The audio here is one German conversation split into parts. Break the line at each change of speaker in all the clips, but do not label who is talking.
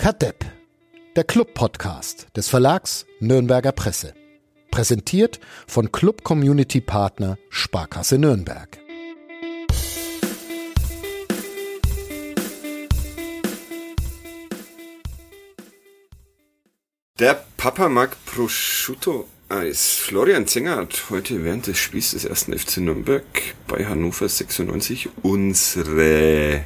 Kadepp, der Club-Podcast des Verlags Nürnberger Presse. Präsentiert von Club-Community-Partner Sparkasse Nürnberg.
Der Papa mag Prosciutto-Eis. Florian Zenger hat heute während des Spiels des 1. FC Nürnberg bei Hannover 96 unsere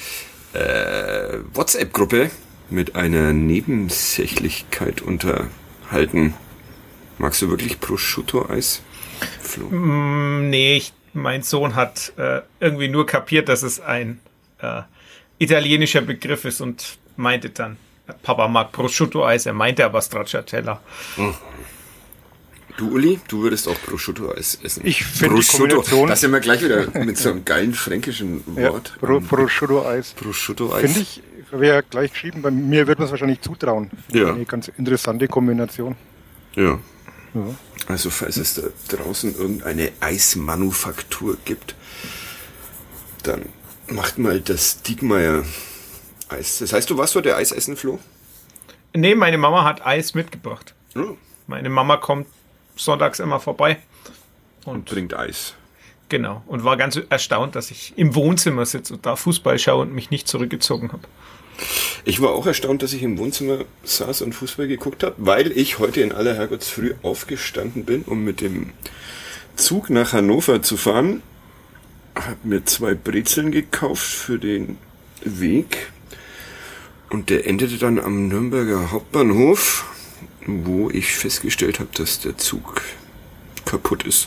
WhatsApp-Gruppe mit einer Nebensächlichkeit unterhalten. Magst du wirklich Prosciutto-Eis, Flo?
Nee, mein Sohn hat irgendwie nur kapiert, dass es ein italienischer Begriff ist und meinte dann, Papa mag Prosciutto-Eis, er meinte aber Stracciatella.
Mhm. Du, Uli, du würdest auch Prosciutto-Eis essen.
Ich finde die Kombination...
Das sind wir gleich wieder mit so einem geilen fränkischen Wort.
Ja, Prosciutto-Eis.
Prosciutto-Eis.
Finde ich, habe ich ja gleich geschrieben, bei mir wird man es wahrscheinlich zutrauen.
Ja.
Eine ganz interessante Kombination.
Ja.
Ja.
Also falls es da draußen irgendeine Eismanufaktur gibt, dann macht mal das Diekmeyer Eis. Das heißt, du warst heute Eis essen, Flo?
Nee, meine Mama hat Eis mitgebracht.
Oh.
Meine Mama kommt sonntags immer vorbei.
Und bringt Eis.
Genau. Und war ganz erstaunt, dass ich im Wohnzimmer sitze und da Fußball schaue und mich nicht zurückgezogen habe.
Ich war auch erstaunt, dass ich im Wohnzimmer saß und Fußball geguckt habe, weil ich heute in aller Herrgottsfrüh aufgestanden bin, um mit dem Zug nach Hannover zu fahren. Habe mir 2 Brezeln gekauft für den Weg. Und der endete dann am Nürnberger Hauptbahnhof, wo ich festgestellt habe, dass der Zug kaputt ist.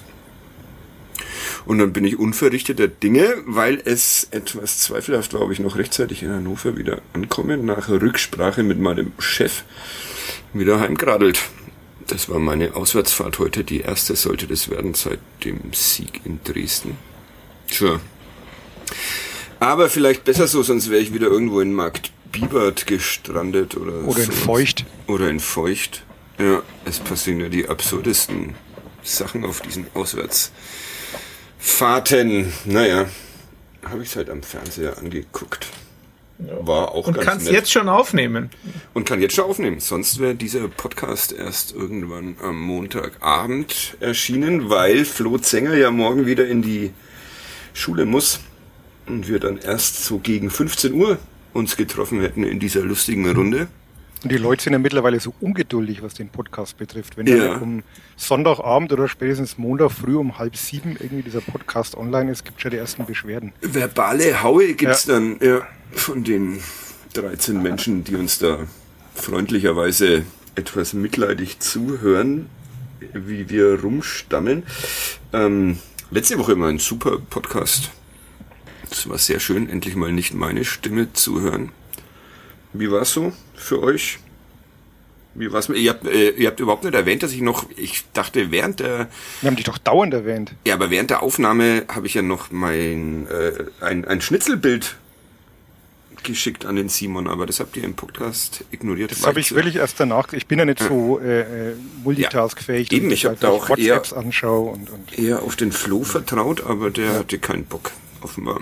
Und dann bin ich unverrichteter Dinge, weil es etwas zweifelhaft war, ob ich noch rechtzeitig in Hannover wieder ankomme, nach Rücksprache mit meinem Chef wieder heimgeradelt. Das war meine Auswärtsfahrt heute, die erste sollte das werden seit dem Sieg in Dresden. Tja. Aber vielleicht besser so, sonst wäre ich wieder irgendwo in Markt Bibert gestrandet oder
in Feucht.
Oder in Feucht. Ja, es passieren ja die absurdesten Sachen auf diesen Auswärtsfahrten. Naja, habe ich es halt am Fernseher angeguckt. War auch
und
ganz
kannst
nett.
Jetzt schon aufnehmen.
Und kann jetzt schon aufnehmen. Sonst wäre dieser Podcast erst irgendwann am Montagabend erschienen, weil Flo Zenger ja morgen wieder in die Schule muss und wir dann erst so gegen 15 Uhr uns getroffen hätten in dieser lustigen Runde.
Und die Leute sind ja mittlerweile so ungeduldig, was den Podcast betrifft. Wenn ja um Sonntagabend oder spätestens Montag früh um 6:30 irgendwie dieser Podcast online ist, gibt es ja die ersten Beschwerden.
Verbale Haue gibt's dann von den 13 Menschen, die uns da freundlicherweise etwas mitleidig zuhören, wie wir rumstammeln. Letzte Woche immer ein super Podcast. Es war sehr schön, endlich mal nicht meine Stimme zu hören. Wie war's so für euch? Wie war's? Ihr habt überhaupt nicht erwähnt, dass ich dachte, während der...
Wir haben dich doch dauernd erwähnt.
Ja, aber während der Aufnahme habe ich ja noch ein Schnitzelbild geschickt an den Simon, aber das habt ihr im Podcast ignoriert.
Das habe ich wirklich erst danach. Ich bin ja nicht so multitaskfähig,
eben, ich habe da auch
WhatsApps anschaue und
eher auf den Flo vertraut, aber der hatte keinen Bock, offenbar.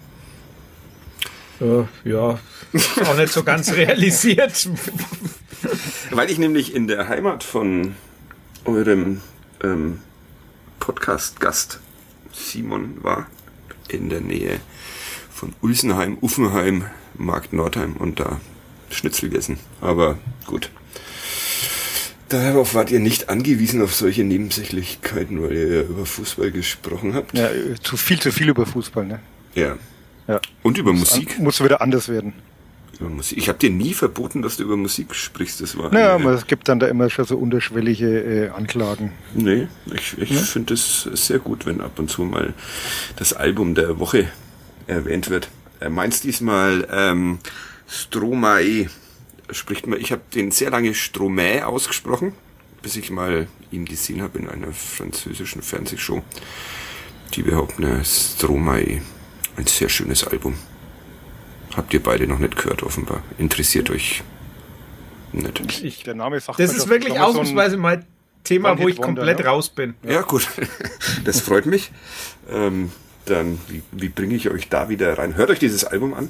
Ja, ist auch nicht so ganz realisiert.
Weil ich nämlich in der Heimat von eurem Podcast-Gast Simon war, in der Nähe von Ulsenheim, Uffenheim, Markt Nordheim und da Schnitzel gegessen. Aber gut. Darauf wart ihr nicht angewiesen auf solche Nebensächlichkeiten, weil ihr ja über Fußball gesprochen habt.
Ja, zu viel über Fußball, ne?
Ja.
Ja.
Und über Musik.
Muss wieder anders werden.
Über Musik. Ich habe dir nie verboten, dass du über Musik sprichst. Das war
es gibt dann da immer schon so unterschwellige Anklagen.
Nee, ich finde es sehr gut, wenn ab und zu mal das Album der Woche erwähnt wird. Meins diesmal Stromae. Spricht man. Ich habe den sehr lange Stromae ausgesprochen, bis ich mal ihn gesehen habe in einer französischen Fernsehshow. Die behaupten, Stromae. Ein sehr schönes Album. Habt ihr beide noch nicht gehört, offenbar. Interessiert euch nicht.
Der Name sagt
das ist wirklich ausnahmsweise mal Thema, wo ich komplett raus bin.
Ja, gut. Das freut mich. Dann, wie bringe ich euch da wieder rein? Hört euch dieses Album an.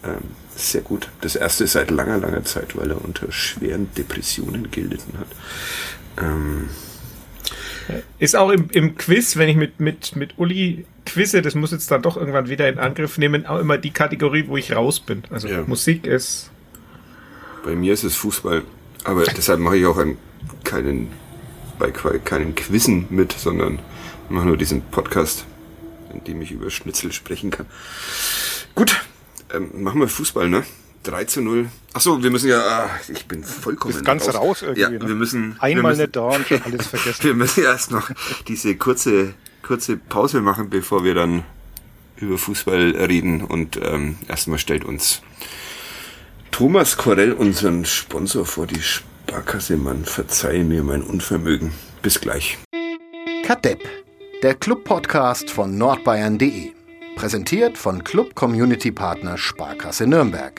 sehr gut. Das erste seit langer, langer Zeit, weil er unter schweren Depressionen gelitten hat.
Ist auch im Quiz, wenn ich mit Uli quizze, das muss jetzt dann doch irgendwann wieder in Angriff nehmen, auch immer die Kategorie, wo ich raus bin. Also Musik ist...
Bei mir ist es Fußball, aber deshalb mache ich auch keinen Quizzen mit, sondern mache nur diesen Podcast, in dem ich über Schnitzel sprechen kann. Gut, machen wir Fußball, ne? 3-0. Achso, wir müssen ich bin vollkommen
das Ganze raus irgendwie.
Ja,
ne?
wir müssen
nicht da und schon alles vergessen.
Wir müssen erst noch diese kurze Pause machen, bevor wir dann über Fußball reden. Und erstmal stellt uns Thomas Korell unseren Sponsor vor, die Sparkasse. Mann, verzeihe mir mein Unvermögen. Bis gleich.
Kadepp, der Club-Podcast von nordbayern.de. Präsentiert von Club-Community-Partner Sparkasse Nürnberg.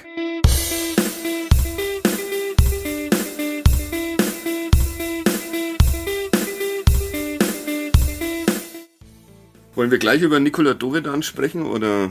Wollen wir gleich über Nikola Dovedan sprechen oder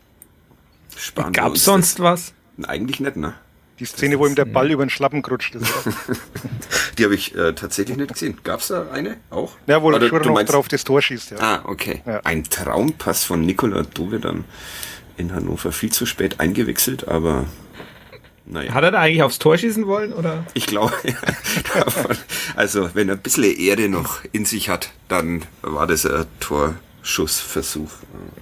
sparen wir uns?
Gab's sonst was?
Eigentlich nicht, ne?
Die Szene, wo ihm der Ball über den Schlappen gerutscht ist.
Die habe ich tatsächlich nicht gesehen. Gab's da eine auch?
Ja, wo er schon noch drauf das Tor schießt. Ja.
Ah, okay. Ja. Ein Traumpass von Nikola Dovedan in Hannover. Viel zu spät eingewechselt, aber naja.
Hat er da eigentlich aufs Tor schießen wollen, oder?
Ich glaube, ja. Also, wenn er ein bisschen Ehre noch in sich hat, dann war das ein Torschussversuch.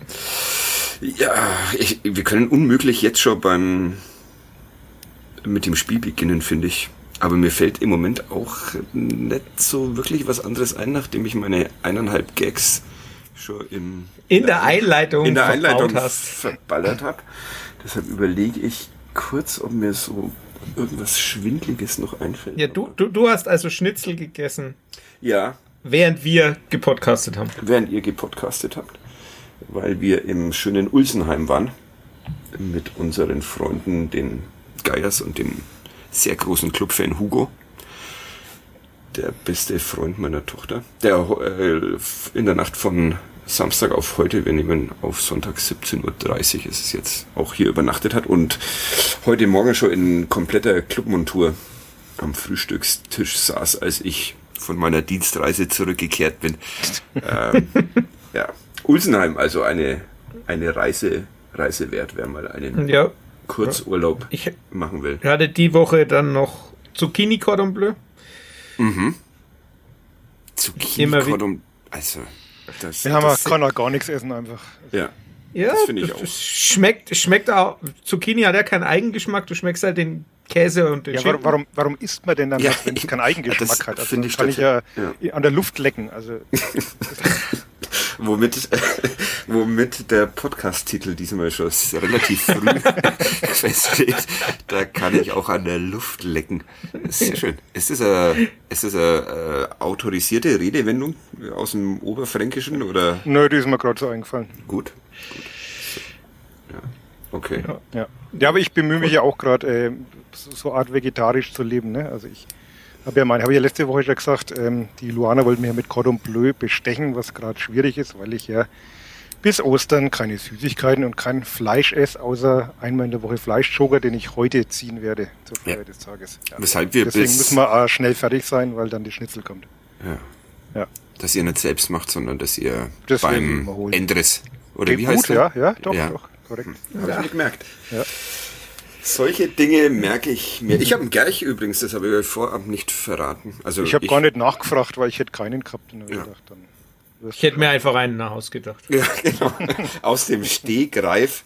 Ja, wir können unmöglich jetzt schon mit dem Spiel beginnen, finde ich. Aber mir fällt im Moment auch nicht so wirklich was anderes ein, nachdem ich meine 1,5 Gags schon in der Einleitung verballert habe. Deshalb überlege ich kurz, ob mir so irgendwas Schwindliges noch einfällt.
Ja, du hast also Schnitzel gegessen.
Ja.
Während wir gepodcastet haben.
Während ihr gepodcastet habt. Weil wir im schönen Ulsenheim waren. Mit unseren Freunden, den Geiers und dem sehr großen Clubfan Hugo. Der beste Freund meiner Tochter. Der in der Nacht von Samstag auf heute, wir nehmen auf Sonntag 17.30 Uhr, ist es jetzt, auch hier übernachtet hat und heute Morgen schon in kompletter Clubmontur am Frühstückstisch saß, als ich von meiner Dienstreise zurückgekehrt bin. Ja, Ulsenheim, also eine Reise wert, wer mal einen Kurzurlaub machen will.
Ich hatte die Woche dann noch Zucchini Cordon Bleu.
Mhm. Zucchini Cordon, also
man kann auch gar nichts essen einfach.
Ja.
Ja, das finde ich auch. Schmeckt auch. Zucchini hat ja keinen Eigengeschmack. Du schmeckst halt den Käse und den Schinken.
Warum isst man denn dann, wenn es keinen Eigengeschmack hat? Also das kann ich ja an der Luft lecken. Also
womit der Podcast-Titel diesmal schon relativ früh feststeht. Da kann ich auch an der Luft lecken. Das ist sehr schön. Ist das eine autorisierte Redewendung aus dem Oberfränkischen? Oder?
Nö, die ist mir gerade so eingefallen.
Gut. Ja, okay.
Ja, aber ich bemühe mich ja auch gerade, so Art vegetarisch zu leben. Ne? Also ich habe ja letzte Woche schon gesagt, die Luana wollte mich ja mit Cordon Bleu bestechen, was gerade schwierig ist, weil ich ja bis Ostern keine Süßigkeiten und kein Fleisch esse, außer einmal in der Woche Fleischjoghurt, den ich heute ziehen werde zur Feier des Tages. Ja.
Deswegen
müssen wir auch schnell fertig sein, weil dann die Schnitzel kommt.
Ja. Dass ihr nicht selbst macht, sondern dass ihr beim Endres, oder
geht
wie heißt
der?
Ja,
doch, korrekt.
Habe ich mir gemerkt.
Ja.
Solche Dinge merke ich mir. Ich habe einen Gerch übrigens, das habe ich euch vorab nicht verraten. Also
ich habe gar nicht nachgefragt, weil ich hätte keinen gehabt. Und gedacht,
ich hätte mir einfach einen nach Hause gedacht.
Ja, genau. Aus dem Stegreif.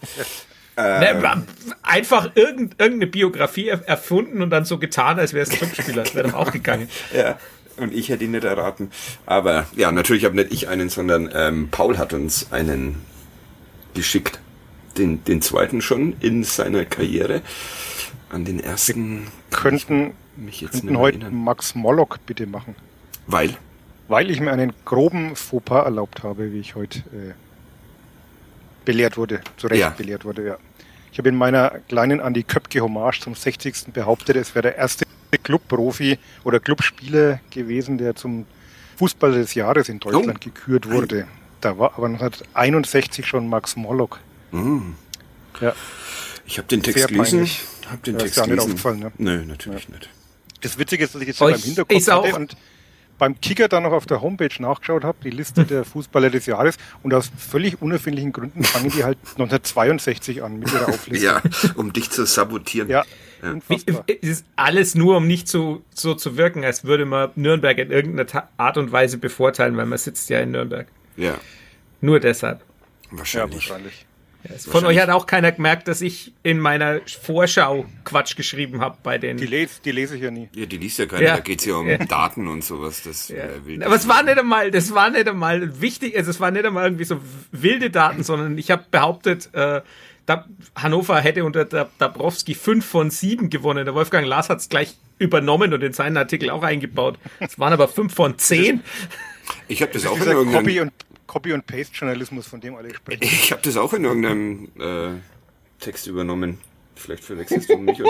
Einfach irgendeine Biografie erfunden und dann so getan, als wäre es ein Glücksspieler. Das wäre doch auch gegangen.
Ja, und ich hätte ihn nicht erraten. Aber ja, natürlich habe nicht ich einen, sondern Paul hat uns einen geschickt. Den zweiten schon in seiner Karriere. An den ersten
könnten heute Max Mollock bitte machen.
Weil?
Weil ich mir einen groben Fauxpas erlaubt habe, wie ich heute belehrt wurde, belehrt wurde, ja. Ich habe in meiner kleinen Andi Köpke-Hommage zum 60. behauptet, es wäre der erste Clubprofi oder Clubspieler gewesen, der zum Fußballer des Jahres in Deutschland gekürt wurde. Da war aber 1961 schon Max Mollock. Ja.
Ich habe den Text
Sehr
gelesen.
peinlich. Ist ja nicht aufgefallen, ne?
Nö, natürlich nicht.
Das Witzige ist, dass ich jetzt beim Hinterkopf hatte und beim Kicker dann noch auf der Homepage nachgeschaut habe, die Liste der Fußballer des Jahres, und aus völlig unerfindlichen Gründen fangen die halt 1962 an mit ihrer Auflistung.
Ja, um dich zu sabotieren.
Ja, unfassbar.
Es ist alles nur, um nicht so zu wirken, als würde man Nürnberg in irgendeiner Art und Weise bevorteilen, weil man sitzt ja in Nürnberg.
Ja.
Nur deshalb.
Wahrscheinlich.
Ja, von euch hat auch keiner gemerkt, dass ich in meiner Vorschau Quatsch geschrieben habe bei den...
Die lese ich ja nie.
Ja, die liest ja keiner, da geht es ja um Daten und sowas.
Aber es war nicht einmal wichtig, also es war nicht einmal irgendwie so wilde Daten, sondern ich habe behauptet, Hannover hätte unter Dabrowski 5 von 7 gewonnen. Der Wolfgang Lars hat es gleich übernommen und in seinen Artikel auch eingebaut. Es waren aber 5 von 10.
Ich habe das auch
in irgendeinem... Copy- und Paste-Journalismus, von dem alle sprechen.
Ich habe das auch in irgendeinem Text übernommen. Vielleicht verwechselst du mich.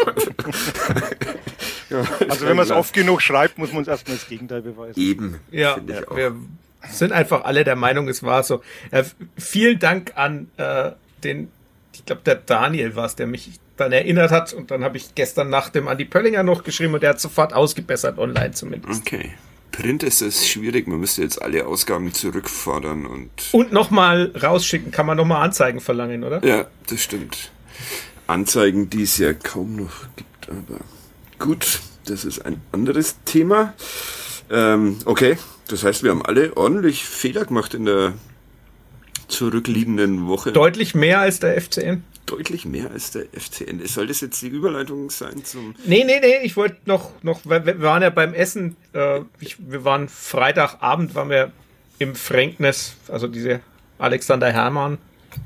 Also wenn man es oft genug schreibt, muss man uns erstmal das Gegenteil beweisen.
Eben.
Ja, wir sind einfach alle der Meinung, es war so. Vielen Dank an ich glaube der Daniel war es, der mich dann erinnert hat, und dann habe ich gestern Nacht dem Andi Pöllinger noch geschrieben und der hat sofort ausgebessert, online zumindest.
Okay. Print ist es schwierig, man müsste jetzt alle Ausgaben zurückfordern und
nochmal rausschicken, kann man nochmal Anzeigen verlangen, oder?
Ja, das stimmt. Anzeigen, die es ja kaum noch gibt, aber gut, das ist ein anderes Thema. Okay, das heißt, wir haben alle ordentlich Fehler gemacht in der zurückliegenden Woche.
Deutlich mehr als der FCN.
Deutlich mehr als der FCN. Soll das jetzt die Überleitung sein zum...
Nee, ich wollte noch, weil wir waren ja beim Essen, wir waren Freitagabend, waren wir im Fränknis, also diese Alexander Hermann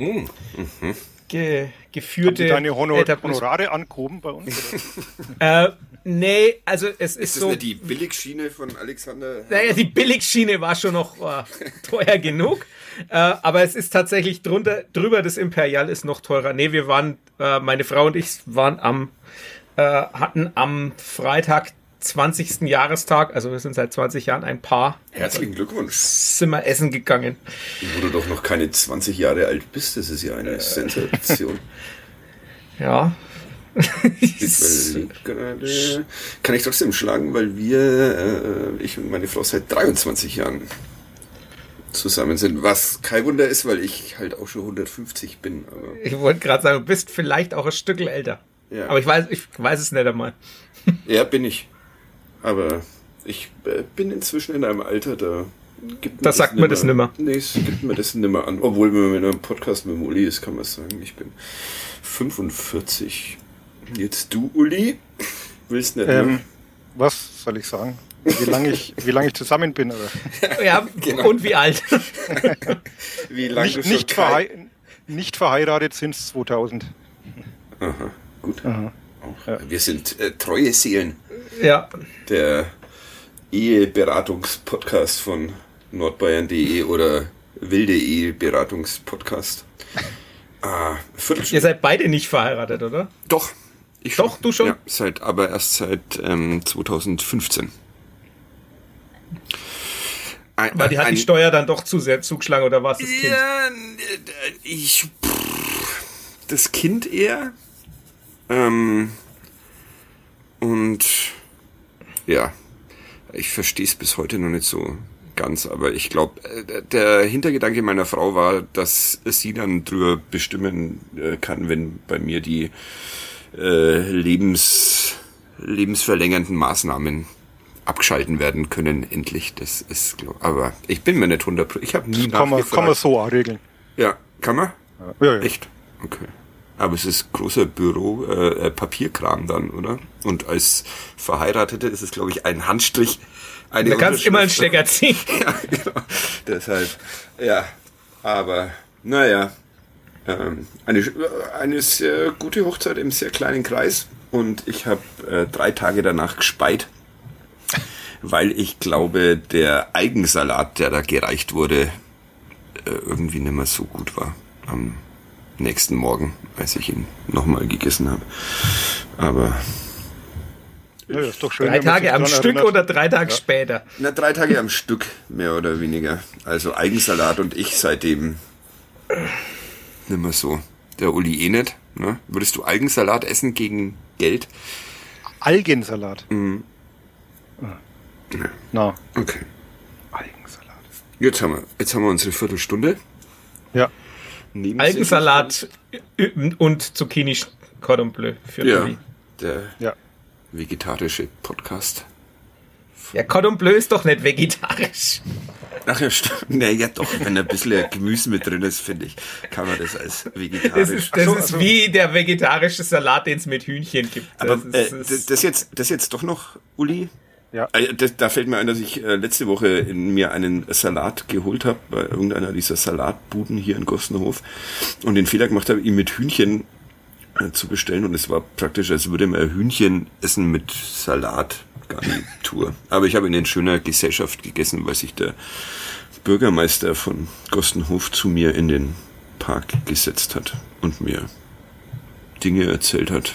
geführte...
Haben Sie deine Honorare angehoben bei uns?
Nee, also es ist
das
so...
Ist die Billigschiene von Alexander?
Naja, die Billigschiene war schon noch teuer genug. Aber es ist tatsächlich drüber, das Imperial ist noch teurer. Nee, wir waren, meine Frau und ich hatten am Freitag 20. Jahrestag, also wir sind seit 20 Jahren ein Paar.
Herzlichen Glückwunsch.
Sind wir essen gegangen.
Wo du doch noch keine 20 Jahre alt bist, das ist ja eine Sensation.
Ja.
Kann ich trotzdem schlagen, weil ich und meine Frau seit 23 Jahren zusammen sind, was kein Wunder ist, weil ich halt auch schon 150 bin. Aber
ich wollte gerade sagen, du bist vielleicht auch ein Stückel älter. Ja. Aber ich weiß es nicht einmal.
Ja, bin ich. Aber ich bin inzwischen in einem Alter, da gibt
mir sagt man das nimmer.
Nee, es gibt mir das nimmer an. Obwohl, wenn man in einem Podcast mit dem Uli ist, kann man sagen, ich bin 45. Jetzt du, Uli? Willst nicht mehr?
Was soll ich sagen? Wie lange ich zusammen bin, oder?
Ja, genau. Und wie alt?
Wie lange
nicht verheiratet sind es 2000.
Aha, gut.
Aha.
Ja. Wir sind treue Seelen.
Ja.
Der Eheberatungspodcast von nordbayern.de oder wilde Eheberatungspodcast.
Ihr seid beide nicht verheiratet, oder?
Doch.
Doch, du schon?
Ja, aber erst seit 2015.
Aber die hat die Steuer dann doch zu sehr zugeschlagen, oder war es das Kind?
Ja, das Kind eher. Und ja, ich verstehe es bis heute noch nicht so ganz, aber ich glaube, der Hintergedanke meiner Frau war, dass sie dann drüber bestimmen kann, wenn bei mir die lebensverlängernden Maßnahmen abgeschalten werden können, endlich. Das ist, aber ich bin mir nicht 100%. Ich habe nie nachgefragt.
Kann man so regeln.
Ja, kann man?
Ja.
Echt? Okay. Aber es ist großer Papierkram dann, oder? Und als Verheiratete ist es, glaube ich, ein Handstrich.
Da kannst immer einen Stecker ziehen.
Ja, genau. Deshalb, ja. Aber, naja. Eine sehr gute Hochzeit im sehr kleinen Kreis. Und ich habe 3 Tage danach gespeit, weil ich glaube, der Eigensalat, der da gereicht wurde, irgendwie nicht mehr so gut war am nächsten Morgen, als ich ihn nochmal gegessen habe. Aber
ja, ist doch schön,
3 Tage am Stück erinnert. Oder 3 Tage später?
Na, 3 Tage am Stück, mehr oder weniger. Also Eigensalat und ich seitdem nicht mehr so. Der Uli eh nicht. Ne? Würdest du Algensalat essen gegen Geld?
Algensalat?
Mhm.
Na.
Okay.
Algensalat.
Jetzt haben wir unsere Viertelstunde.
Ja.
Algensalat und Zucchini Cordon Bleu für Uli.
Der vegetarische Podcast.
Ja, Cordon Bleu ist doch nicht vegetarisch.
Ach ja, stimmt. Naja, doch, wenn ein bisschen Gemüse mit drin ist, finde ich, kann man das als vegetarisch.
Das ist wie der vegetarische Salat, den es mit Hühnchen gibt.
Aber das jetzt doch noch, Uli?
Ja.
Da fällt mir ein, dass ich letzte Woche in mir einen Salat geholt habe, bei irgendeiner dieser Salatbuden hier in Gossenhof, und den Fehler gemacht habe, ihn mit Hühnchen zu bestellen, und es war praktisch, als würde man Hühnchen essen mit Salatgarnitur. Aber ich habe ihn in schöner Gesellschaft gegessen, weil sich der Bürgermeister von Gossenhof zu mir in den Park gesetzt hat und mir Dinge erzählt hat.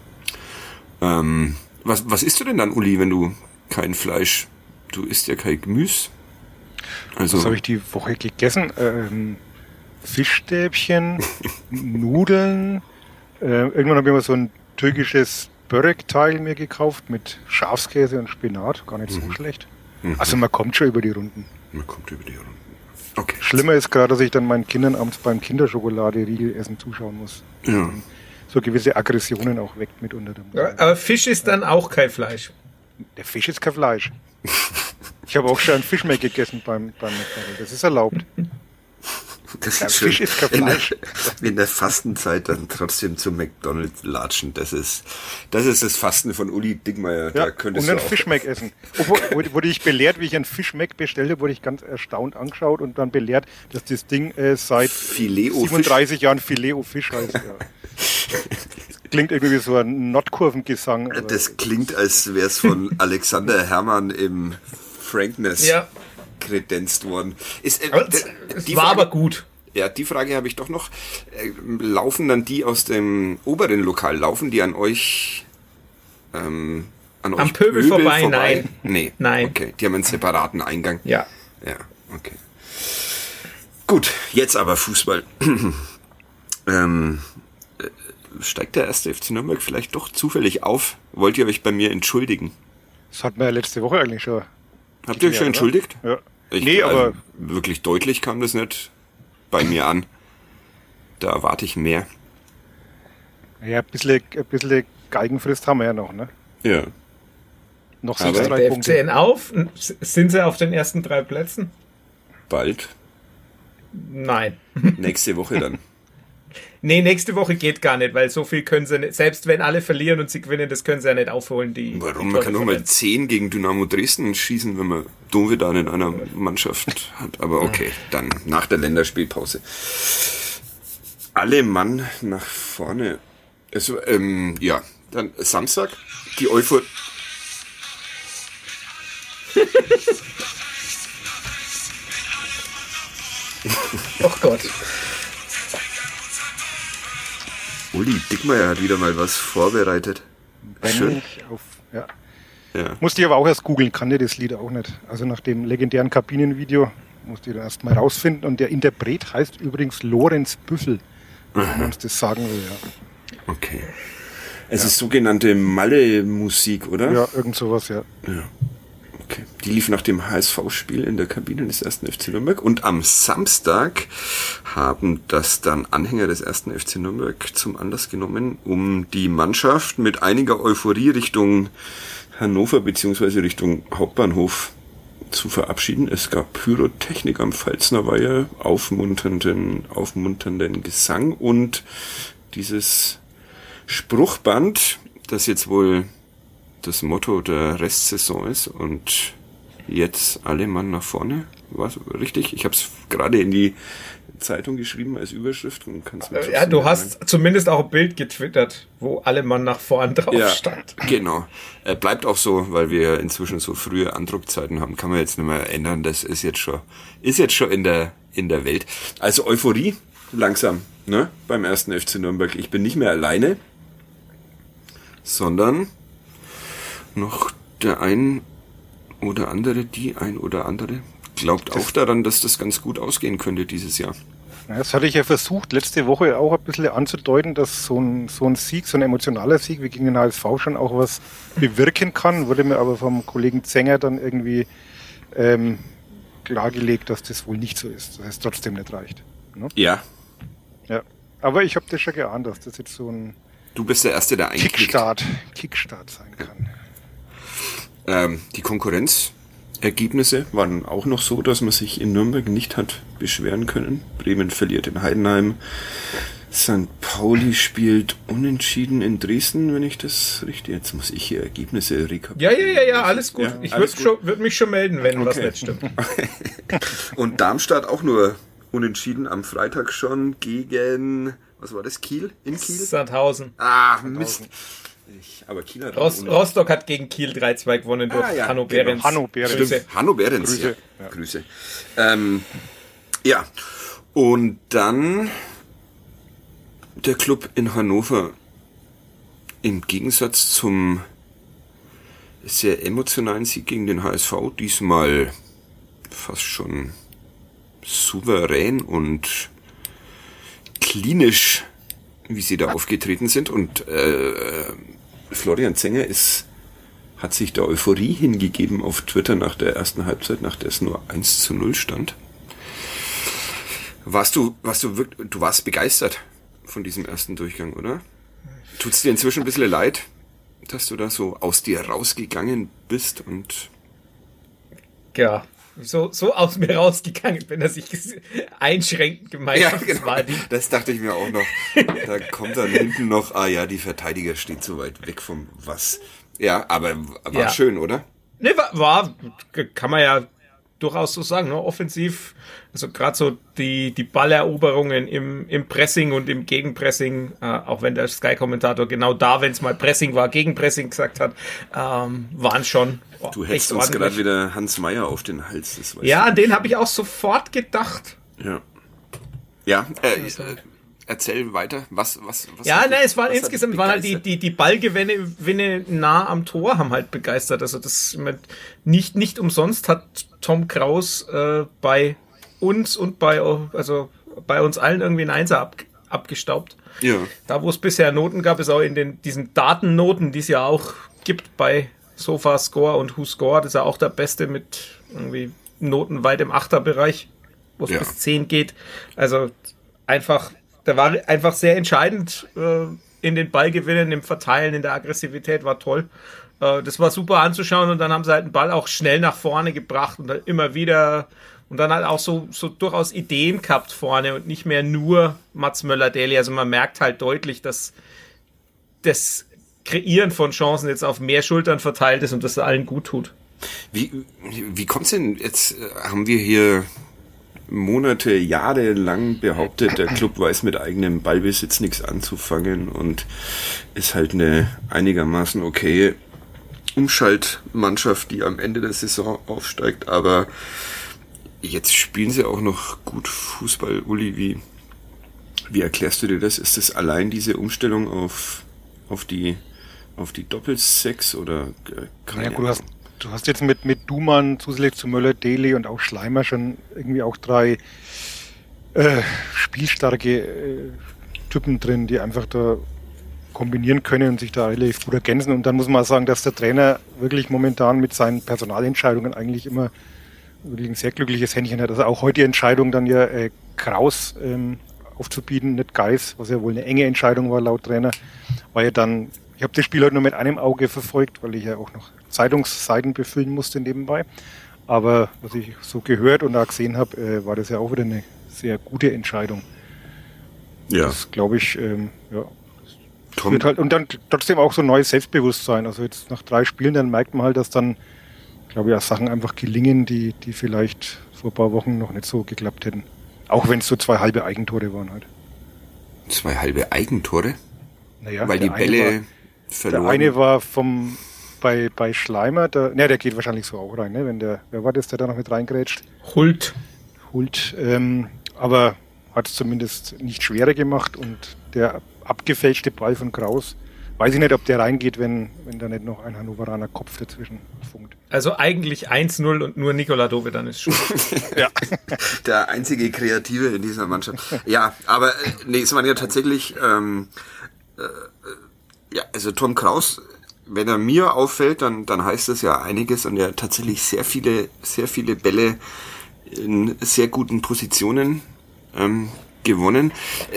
Was isst du denn dann, Uli, wenn du kein Fleisch, du isst ja kein Gemüse? Also,
was habe ich die Woche gegessen? Fischstäbchen, Nudeln. Irgendwann habe ich mal so ein türkisches Börek-Teil mir gekauft mit Schafskäse und Spinat. Gar nicht so schlecht. Also man kommt schon über die Runden.
Okay.
Schlimmer ist gerade, dass ich dann meinen Kindern abends beim Kinderschokolade-Riegel essen zuschauen muss.
Ja.
So gewisse Aggressionen auch weckt mit unter dem.
Aber Fisch ist dann auch kein Fleisch.
Der Fisch ist kein Fleisch. Ich habe auch schon einen Fischmeck gegessen beim McDonald's. Das ist erlaubt.
Das
Ja,
ist
Fisch
schön.
ist kein Fleisch.
In der Fastenzeit dann trotzdem zum McDonald's latschen. Das ist das Fasten von Uli Dickmeyer.
Ja,
Da könntest
und
du
einen
auch
Fischmeck essen. Wurde ich belehrt, wie ich einen Fischmeck bestellte, wurde ich ganz erstaunt angeschaut und dann belehrt, dass das Ding seit
Filet-O-Fisch.
37 Jahren Filet-O-Fisch heißt. Ja. Klingt irgendwie wie so ein Nordkurvengesang. aber-
Das klingt, als wäre es von Alexander Herrmann im Frankness kredenzt worden.
Es war aber gut.
Ja, die Frage habe ich doch noch. Laufen dann die aus dem oberen Lokal, laufen die an euch an
Am Pöbel vorbei? Nein.
Nee.
Nein.
Okay, die haben einen separaten Eingang.
Ja.
Ja, okay. Gut, jetzt aber Fußball. Steigt der 1. FC Nürnberg vielleicht doch zufällig auf? Wollt ihr euch bei mir entschuldigen?
Das hatten wir ja letzte Woche eigentlich schon.
Habt ihr euch schon entschuldigt?
Ja. Nee, aber
wirklich deutlich kam das nicht bei mir an. Da erwarte ich mehr.
ja, ein bisschen Geigenfrist haben wir ja noch, ne?
Ja.
Noch
Aber
6-3
Der
Punkte.
FCN auf? Sind sie auf den ersten 3 Plätzen?
Bald.
Nein.
Nächste Woche dann.
Nee, nächste Woche geht gar nicht, weil so viel können sie nicht, selbst wenn alle verlieren und sie gewinnen, das können sie ja nicht aufholen.
Warum? Man kann doch mal 10 gegen Dynamo Dresden schießen, wenn man Dovedan in einer Mannschaft hat. Aber okay, dann nach der Länderspielpause. Alle Mann nach vorne. Also, ja, dann Samstag, die Euphorie.
Oh Gott.
Uli Dickmeyer hat wieder mal was vorbereitet. Schön.
Ja.
Ja.
Musste ich aber auch erst googeln, kannte das Lied auch nicht. Also nach dem legendären Kabinenvideo musste ich dann erst mal rausfinden. Und der Interpret heißt übrigens Lorenz Büffel, wenn man uns das sagen will. Ja,
Okay. Es ist sogenannte Malle-Musik, oder?
ja irgend sowas, ja.
Ja. Okay. Die lief nach dem HSV-Spiel in der Kabine des 1. FC Nürnberg. Und am Samstag haben das dann Anhänger des 1. FC Nürnberg zum Anlass genommen, um die Mannschaft mit einiger Euphorie Richtung Hannover bzw. Richtung Hauptbahnhof zu verabschieden. Es gab Pyrotechnik am Pfalzner Weiher, aufmunternden Gesang und dieses Spruchband, das jetzt wohl das Motto der Restsaison ist, und jetzt alle Mann nach vorne. War so richtig? Ich habe es gerade in die Zeitung geschrieben als Überschrift. Und kann's mir
Ja, du hast zumindest auch ein Bild getwittert, wo alle Mann nach vorn drauf stand.
Genau. Bleibt auch so, weil wir inzwischen so frühe Andruckzeiten haben, kann man jetzt nicht mehr ändern. Das ist jetzt schon in der Welt. Also Euphorie langsam, ne? Beim 1. FC Nürnberg. Ich bin nicht mehr alleine, sondern noch der ein oder andere glaubt auch daran, dass das ganz gut ausgehen könnte dieses Jahr.
Das hatte ich ja versucht, letzte Woche auch ein bisschen anzudeuten, dass so ein Sieg, so ein emotionaler Sieg wie gegen den HSV schon auch was bewirken kann. Wurde mir aber vom Kollegen Zenger dann irgendwie klargelegt, dass das wohl nicht so ist, dass es trotzdem nicht reicht. Ne?
Ja.
Ja. Aber ich habe das schon geahnt, dass das jetzt so ein
Du bist der Erste, der einklickt.
Kickstart sein kann.
Die Konkurrenzergebnisse waren auch noch so, dass man sich in Nürnberg nicht hat beschweren können. Bremen verliert in Heidenheim. St. Pauli spielt unentschieden in Dresden, wenn ich das richtig... Jetzt muss ich hier Ergebnisse rekapitulieren.
Ja, alles gut.
Ja,
ich würde mich schon melden, wenn was nicht stimmt.
Und Darmstadt auch nur unentschieden am Freitag schon gegen... Was war das? Kiel? In Kiel?
Sandhausen.
Ah, Mist. Aber Kiel hat
Rostock hat gegen Kiel 3-2 gewonnen durch Hanno Behrens.
Hanno Behrens.
Grüße.
Hanno Behrens.
Grüße.
Ja. Grüße. Ja. Und dann der Club in Hannover. Im Gegensatz zum sehr emotionalen Sieg gegen den HSV diesmal fast schon souverän und klinisch, wie sie da aufgetreten sind. Und Florian Zenger hat sich der Euphorie hingegeben auf Twitter nach der ersten Halbzeit, nach der es nur 1-0 stand. Du warst begeistert von diesem ersten Durchgang, oder? Tut's dir inzwischen ein bisschen leid, dass du da so aus dir rausgegangen bist und...
Ja, so aus mir rausgegangen bin, dass ich einschränkend gemeint habe.
Genau. Das dachte ich mir auch noch. Da kommt dann hinten noch, die Verteidiger steht so weit weg vom was. Ja, aber war schön, oder?
Ne, war, kann man ja durchaus so sagen, ne? Offensiv, also gerade so die Balleroberungen im Pressing und im Gegenpressing, auch wenn der Sky-Kommentator genau da, wenn es mal Pressing war, Gegenpressing gesagt hat, waren schon
Du hättest uns gerade wieder Hans Meyer auf den Hals. Das
an den habe ich auch sofort gedacht.
Ja, erzähl weiter. Was
es waren insgesamt halt die Ballgewinne nah am Tor haben halt begeistert. Also das nicht umsonst hat Tom Kraus bei uns und bei uns allen irgendwie ein Einser abgestaubt.
Ja.
Da, wo es bisher Noten gab, ist auch in diesen Datennoten, die es ja auch gibt bei SofaScore und WhoScore, das ist ja auch der Beste mit irgendwie Noten weit im 8er-Bereich, wo es bis 10 geht. Also der war einfach sehr entscheidend in den Ballgewinnen, im Verteilen, in der Aggressivität, war toll. Das war super anzuschauen und dann haben sie halt den Ball auch schnell nach vorne gebracht und dann immer wieder und dann halt auch so durchaus Ideen gehabt vorne und nicht mehr nur Mats Möller-Deli. Also man merkt halt deutlich, dass das Kreieren von Chancen jetzt auf mehr Schultern verteilt ist und das allen gut tut.
Wie kommt's denn? Jetzt haben wir hier Monate, Jahre lang behauptet, der Club weiß mit eigenem Ballbesitz nichts anzufangen und ist halt eine einigermaßen okay Umschaltmannschaft, die am Ende der Saison aufsteigt, aber jetzt spielen sie auch noch gut Fußball. Uli, wie erklärst du dir das? Ist das allein diese Umstellung auf die Doppelsechs oder keine Ahnung?
Du hast jetzt mit Dumann zusätzlich zu Möller-Deli und auch Schleimer schon irgendwie auch 3 spielstarke Typen drin, die einfach da kombinieren können und sich da relativ gut ergänzen. Und dann muss man sagen, dass der Trainer wirklich momentan mit seinen Personalentscheidungen eigentlich immer wirklich ein sehr glückliches Händchen hat. Also auch heute die Entscheidung dann ja Kraus aufzubieten, nicht Geis, was ja wohl eine enge Entscheidung war laut Trainer, war ja dann, ich habe das Spiel heute nur mit einem Auge verfolgt, weil ich ja auch noch Zeitungsseiten befüllen musste nebenbei. Aber was ich so gehört und auch gesehen habe, war das ja auch wieder eine sehr gute Entscheidung.
Ja.
Das glaube ich, wird halt, und dann trotzdem auch so ein neues Selbstbewusstsein. Also jetzt nach 3 Spielen, dann merkt man halt, dass dann, glaube ich, auch Sachen einfach gelingen, die vielleicht vor ein paar Wochen noch nicht so geklappt hätten. Auch wenn es so 2 halbe Eigentore waren halt.
2 halbe Eigentore?
Naja,
weil die Bälle verloren. Der
eine war bei Schleimer, der geht wahrscheinlich so auch rein, ne? Wer war das, der da noch mit reingrätscht?
Hult,
aber hat es zumindest nicht schwerer gemacht und der abgefälschte Ball von Kraus weiß ich nicht, ob der reingeht, wenn da nicht noch ein Hannoveraner Kopf dazwischen funkt.
Also eigentlich 1-0 und nur Nikola Dovedan ist schuld.
Ja. Der einzige Kreative in dieser Mannschaft. Ja, aber nee, es waren ja tatsächlich, ja, also Tom Kraus, wenn er mir auffällt, dann heißt das ja einiges und er hat tatsächlich sehr viele Bälle in sehr guten Positionen gewonnen.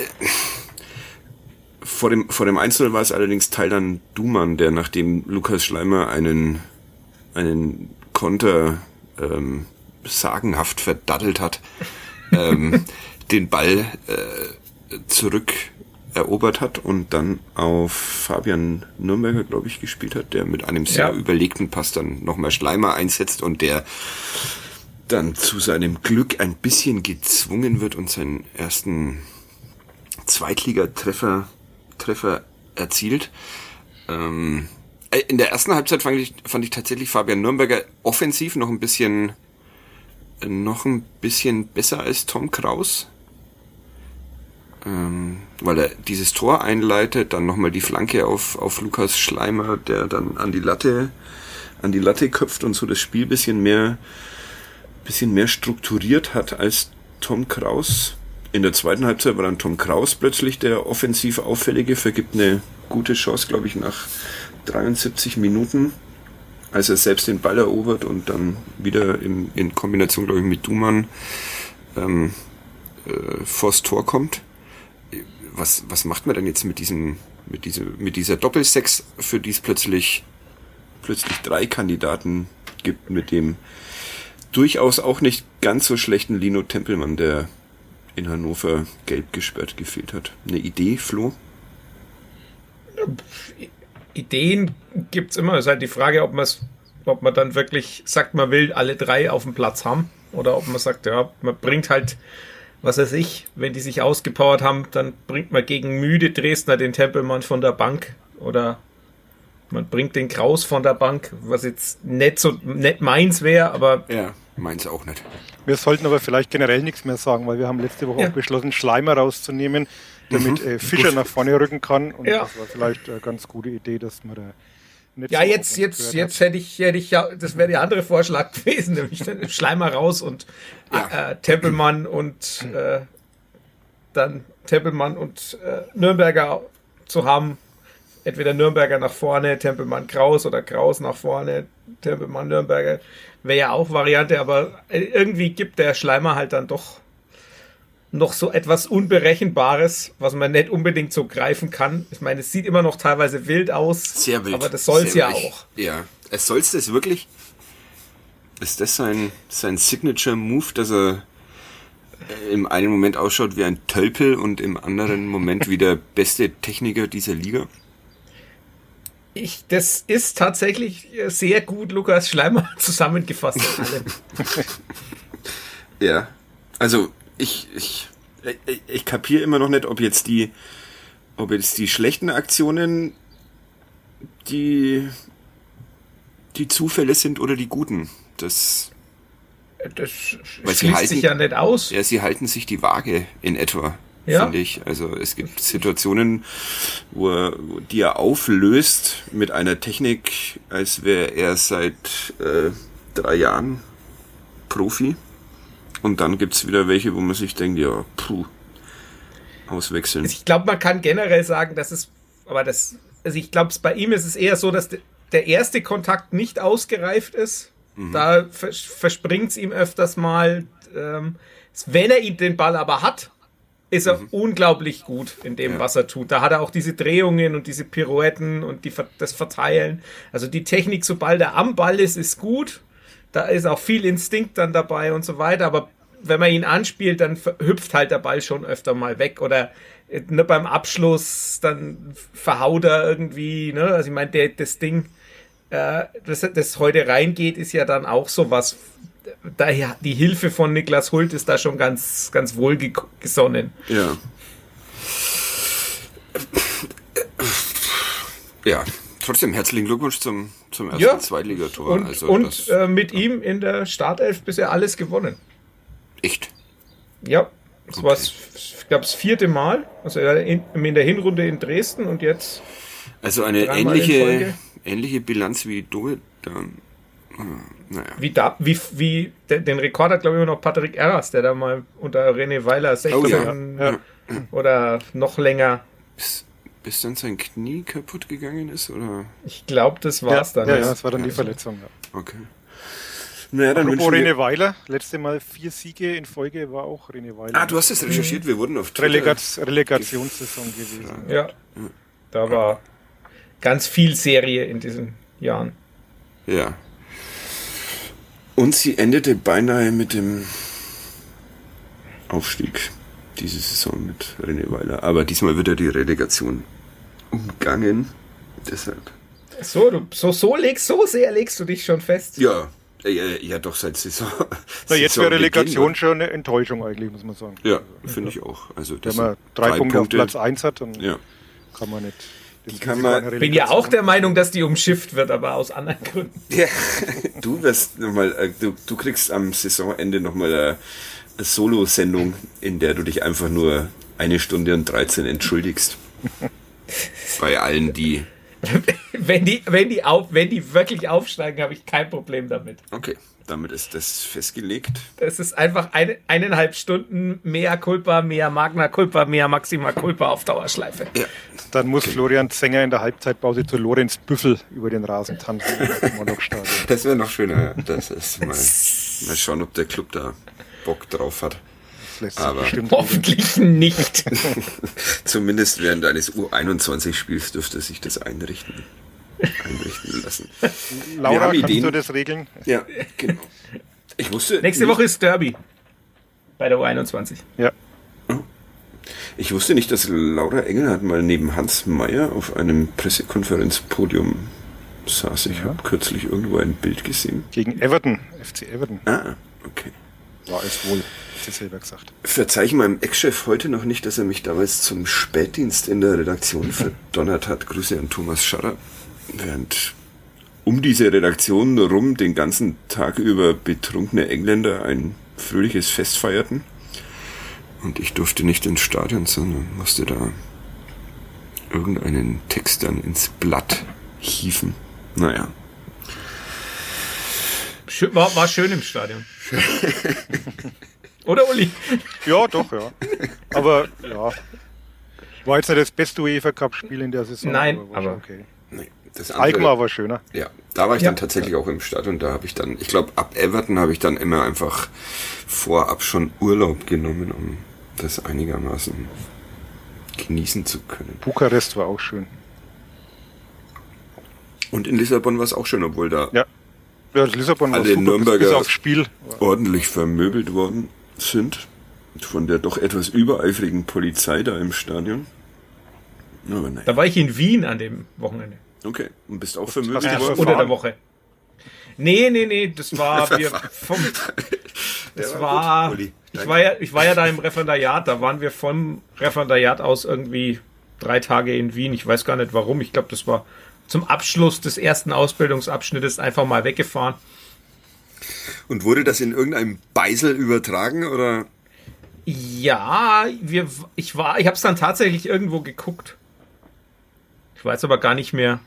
Vor dem 1-0 war es allerdings Taylan Duman, der nachdem Lukas Schleimer einen Konter sagenhaft verdattelt hat, den Ball zurück erobert hat und dann auf Fabian Nürnberger, glaube ich, gespielt hat, der mit einem sehr überlegten Pass dann nochmal Schleimer einsetzt und der dann zu seinem Glück ein bisschen gezwungen wird und seinen ersten Zweitligatreffer erzielt. In der ersten Halbzeit fand ich tatsächlich Fabian Nürnberger offensiv noch ein bisschen besser als Tom Kraus. Weil er dieses Tor einleitet, dann nochmal die Flanke auf Lukas Schleimer, der dann an die Latte köpft und so das Spiel bisschen mehr strukturiert hat als Tom Kraus. In der zweiten Halbzeit war dann Tom Kraus plötzlich der offensiv Auffällige, vergibt eine gute Chance, glaube ich, nach 73 Minuten, als er selbst den Ball erobert und dann wieder in Kombination, glaube ich, mit Duman vors Tor kommt. Was macht man denn jetzt mit dieser Doppelsechs, für die es plötzlich 3 Kandidaten gibt, mit dem durchaus auch nicht ganz so schlechten Lino Tempelmann, der in Hannover gelb gesperrt gefehlt hat. Eine Idee, Flo?
Ideen gibt's immer. Es ist halt die Frage, ob man dann wirklich sagt, man will alle 3 auf dem Platz haben oder ob man sagt, ja, man bringt halt, was weiß ich, wenn die sich ausgepowert haben, dann bringt man gegen müde Dresdner den Tempelmann von der Bank oder man bringt den Kraus von der Bank, was jetzt nicht meins wäre, aber...
Ja, meins auch nicht.
Wir sollten aber vielleicht generell nichts mehr sagen, weil wir haben letzte Woche auch beschlossen, Schleimer rauszunehmen, damit Fischer nach vorne rücken kann. Und das war vielleicht eine ganz gute Idee, dass man da nicht
ja, jetzt hätte ich ja, das wäre der andere Vorschlag gewesen, nämlich Schleimer raus und Tempelmann und dann Tempelmann und Nürnberger zu haben. Entweder Nürnberger nach vorne, Tempelmann Kraus oder Kraus nach vorne, Tempelmann Nürnberger. Wäre ja auch Variante, aber irgendwie gibt der Schleimer halt dann doch noch so etwas Unberechenbares, was man nicht unbedingt so greifen kann. Ich meine, es sieht immer noch teilweise wild aus.
Sehr wild.
Aber das soll es ja auch.
Ja, es soll es das wirklich? Ist das sein Signature-Move, dass er im einen Moment ausschaut wie ein Tölpel und im anderen Moment wie der beste Techniker dieser Liga?
Das ist tatsächlich sehr gut Lukas Schleimer zusammengefasst.
Ja, also ich kapiere immer noch nicht, ob jetzt die schlechten Aktionen die Zufälle sind oder die guten. Das
schließt sich ja nicht aus.
Ja, sie halten sich die Waage in etwa, finde ich. Also es gibt Situationen, die er auflöst mit einer Technik, als wäre er seit 3 Jahren Profi. Und dann gibt's wieder welche, wo man sich denkt, ja, auswechseln.
Ich glaube, man kann generell sagen, ich glaube, bei ihm ist es eher so, dass der erste Kontakt nicht ausgereift ist. Da verspringt es ihm öfters mal. Wenn er den Ball aber hat, ist er unglaublich gut in dem, was er tut. Da hat er auch diese Drehungen und diese Pirouetten und das Verteilen. Also die Technik, sobald er am Ball ist gut. Da ist auch viel Instinkt dann dabei und so weiter. Aber wenn man ihn anspielt, dann hüpft halt der Ball schon öfter mal weg. Oder beim Abschluss, dann verhaut er irgendwie. Ne? Also ich meine, das Ding, das heute reingeht, ist ja dann auch sowas. Daher die Hilfe von Niklas Hult ist da schon ganz, ganz wohlgesonnen.
Ja. Ja, trotzdem herzlichen Glückwunsch zum ersten Zweitligator.
Und mit ihm in der Startelf bisher alles gewonnen.
Echt?
Ja, das war, ich glaube, das 4. Mal. Also in der Hinrunde in Dresden und jetzt
Also eine
Dreimal in Folge.
ähnliche Bilanz wie du dann. Naja.
Wie den Rekord hat, glaube ich, immer noch Patrick Erras, der da mal unter René Weiler 16 oder noch länger.
Bis dann sein Knie kaputt gegangen ist, oder?
Ich glaube, das war's dann.
Ja, das war dann die Verletzung. Ja.
Okay. Naja, dann
apropos René Weiler, letzte Mal 4 Siege in Folge war auch René Weiler.
Ah, du hast es recherchiert, wir wurden auf Twitter
Relegationssaison gewesen.
Ja, da war ganz viel Serie in diesen Jahren.
Ja. Und sie endete beinahe mit dem Aufstieg diese Saison mit René Weiler. Aber diesmal wird er die Relegation umgangen. Deshalb.
So sehr legst du dich schon fest.
Ja, doch seit Saison.
Na, jetzt wäre Relegation schon eine Enttäuschung eigentlich, muss man sagen.
Ja, finde ich auch. Also,
wenn man 3 Punkte auf Platz 1 hat, dann kann man nicht.
Ich bin ja auch der Meinung, dass die umschifft wird, aber aus anderen Gründen.
Ja, du wirst nochmal, du kriegst am Saisonende nochmal eine Solo-Sendung, in der du dich einfach nur 1 Stunde und 13 entschuldigst. Bei allen, die...
Wenn die wirklich aufsteigen, habe ich kein Problem damit.
Okay, damit ist das festgelegt.
Das ist einfach 1,5 Stunden mehr Culpa, mehr Magna Culpa, mehr Maxima Culpa auf Dauerschleife. Ja.
Dann muss Florian Zenger in der Halbzeitpause zu Lorenz Büffel über den Rasen tanzen.
Das wäre noch schöner. Das ist mal schauen, ob der Club da Bock drauf hat. Aber
hoffentlich nicht.
Zumindest während eines U21-Spiels dürfte sich das einrichten lassen.
Laura, kannst du das regeln?
Ja, genau. Ich wusste
nächste Woche ist Derby bei der U21.
Ja.
Ich wusste nicht, dass Laura Engelhardt mal neben Hans Meyer auf einem Pressekonferenzpodium saß. Ich habe kürzlich irgendwo ein Bild gesehen.
Gegen Everton, FC Everton.
Ah, okay.
War es wohl, hat sie selber gesagt.
Verzeih meinem Ex-Chef heute noch nicht, dass er mich damals zum Spätdienst in der Redaktion verdonnert hat. Grüße an Thomas Scharrer. Während um diese Redaktion rum den ganzen Tag über betrunkene Engländer ein fröhliches Fest feierten. Und ich durfte nicht ins Stadion, sondern musste da irgendeinen Text dann ins Blatt hieven. Naja.
War schön im Stadion. Oder, Uli?
Ja, doch, ja. Aber, ja. War jetzt nicht das beste UEFA-Cup-Spiel in der Saison.
Nein,
aber okay.
Nee, das
Alkmaar war schöner.
Ja, da war ich dann tatsächlich auch im Stadion. Da habe ich dann, ich glaube, ab Everton habe ich dann immer einfach vorab schon Urlaub genommen, um das einigermaßen genießen zu können.
Bukarest war auch schön.
Und in Lissabon war es auch schön, obwohl da
Lissabon
alle
war
Nürnberger
bis aufs Spiel
ordentlich vermöbelt worden sind. Von der doch etwas übereifrigen Polizei da im Stadion. Aber nein.
Da war ich in Wien an dem Wochenende.
Okay, und bist auch vermöbelt worden?
Unter der Woche. Nee, das war ich war ja da im Referendariat, da waren wir vom Referendariat aus irgendwie 3 Tage in Wien. Ich weiß gar nicht warum. Ich glaube, das war zum Abschluss des ersten Ausbildungsabschnittes einfach mal weggefahren.
Und wurde das in irgendeinem Beisel übertragen, oder?
Ja, ich habe es dann tatsächlich irgendwo geguckt. Ich weiß aber gar nicht mehr.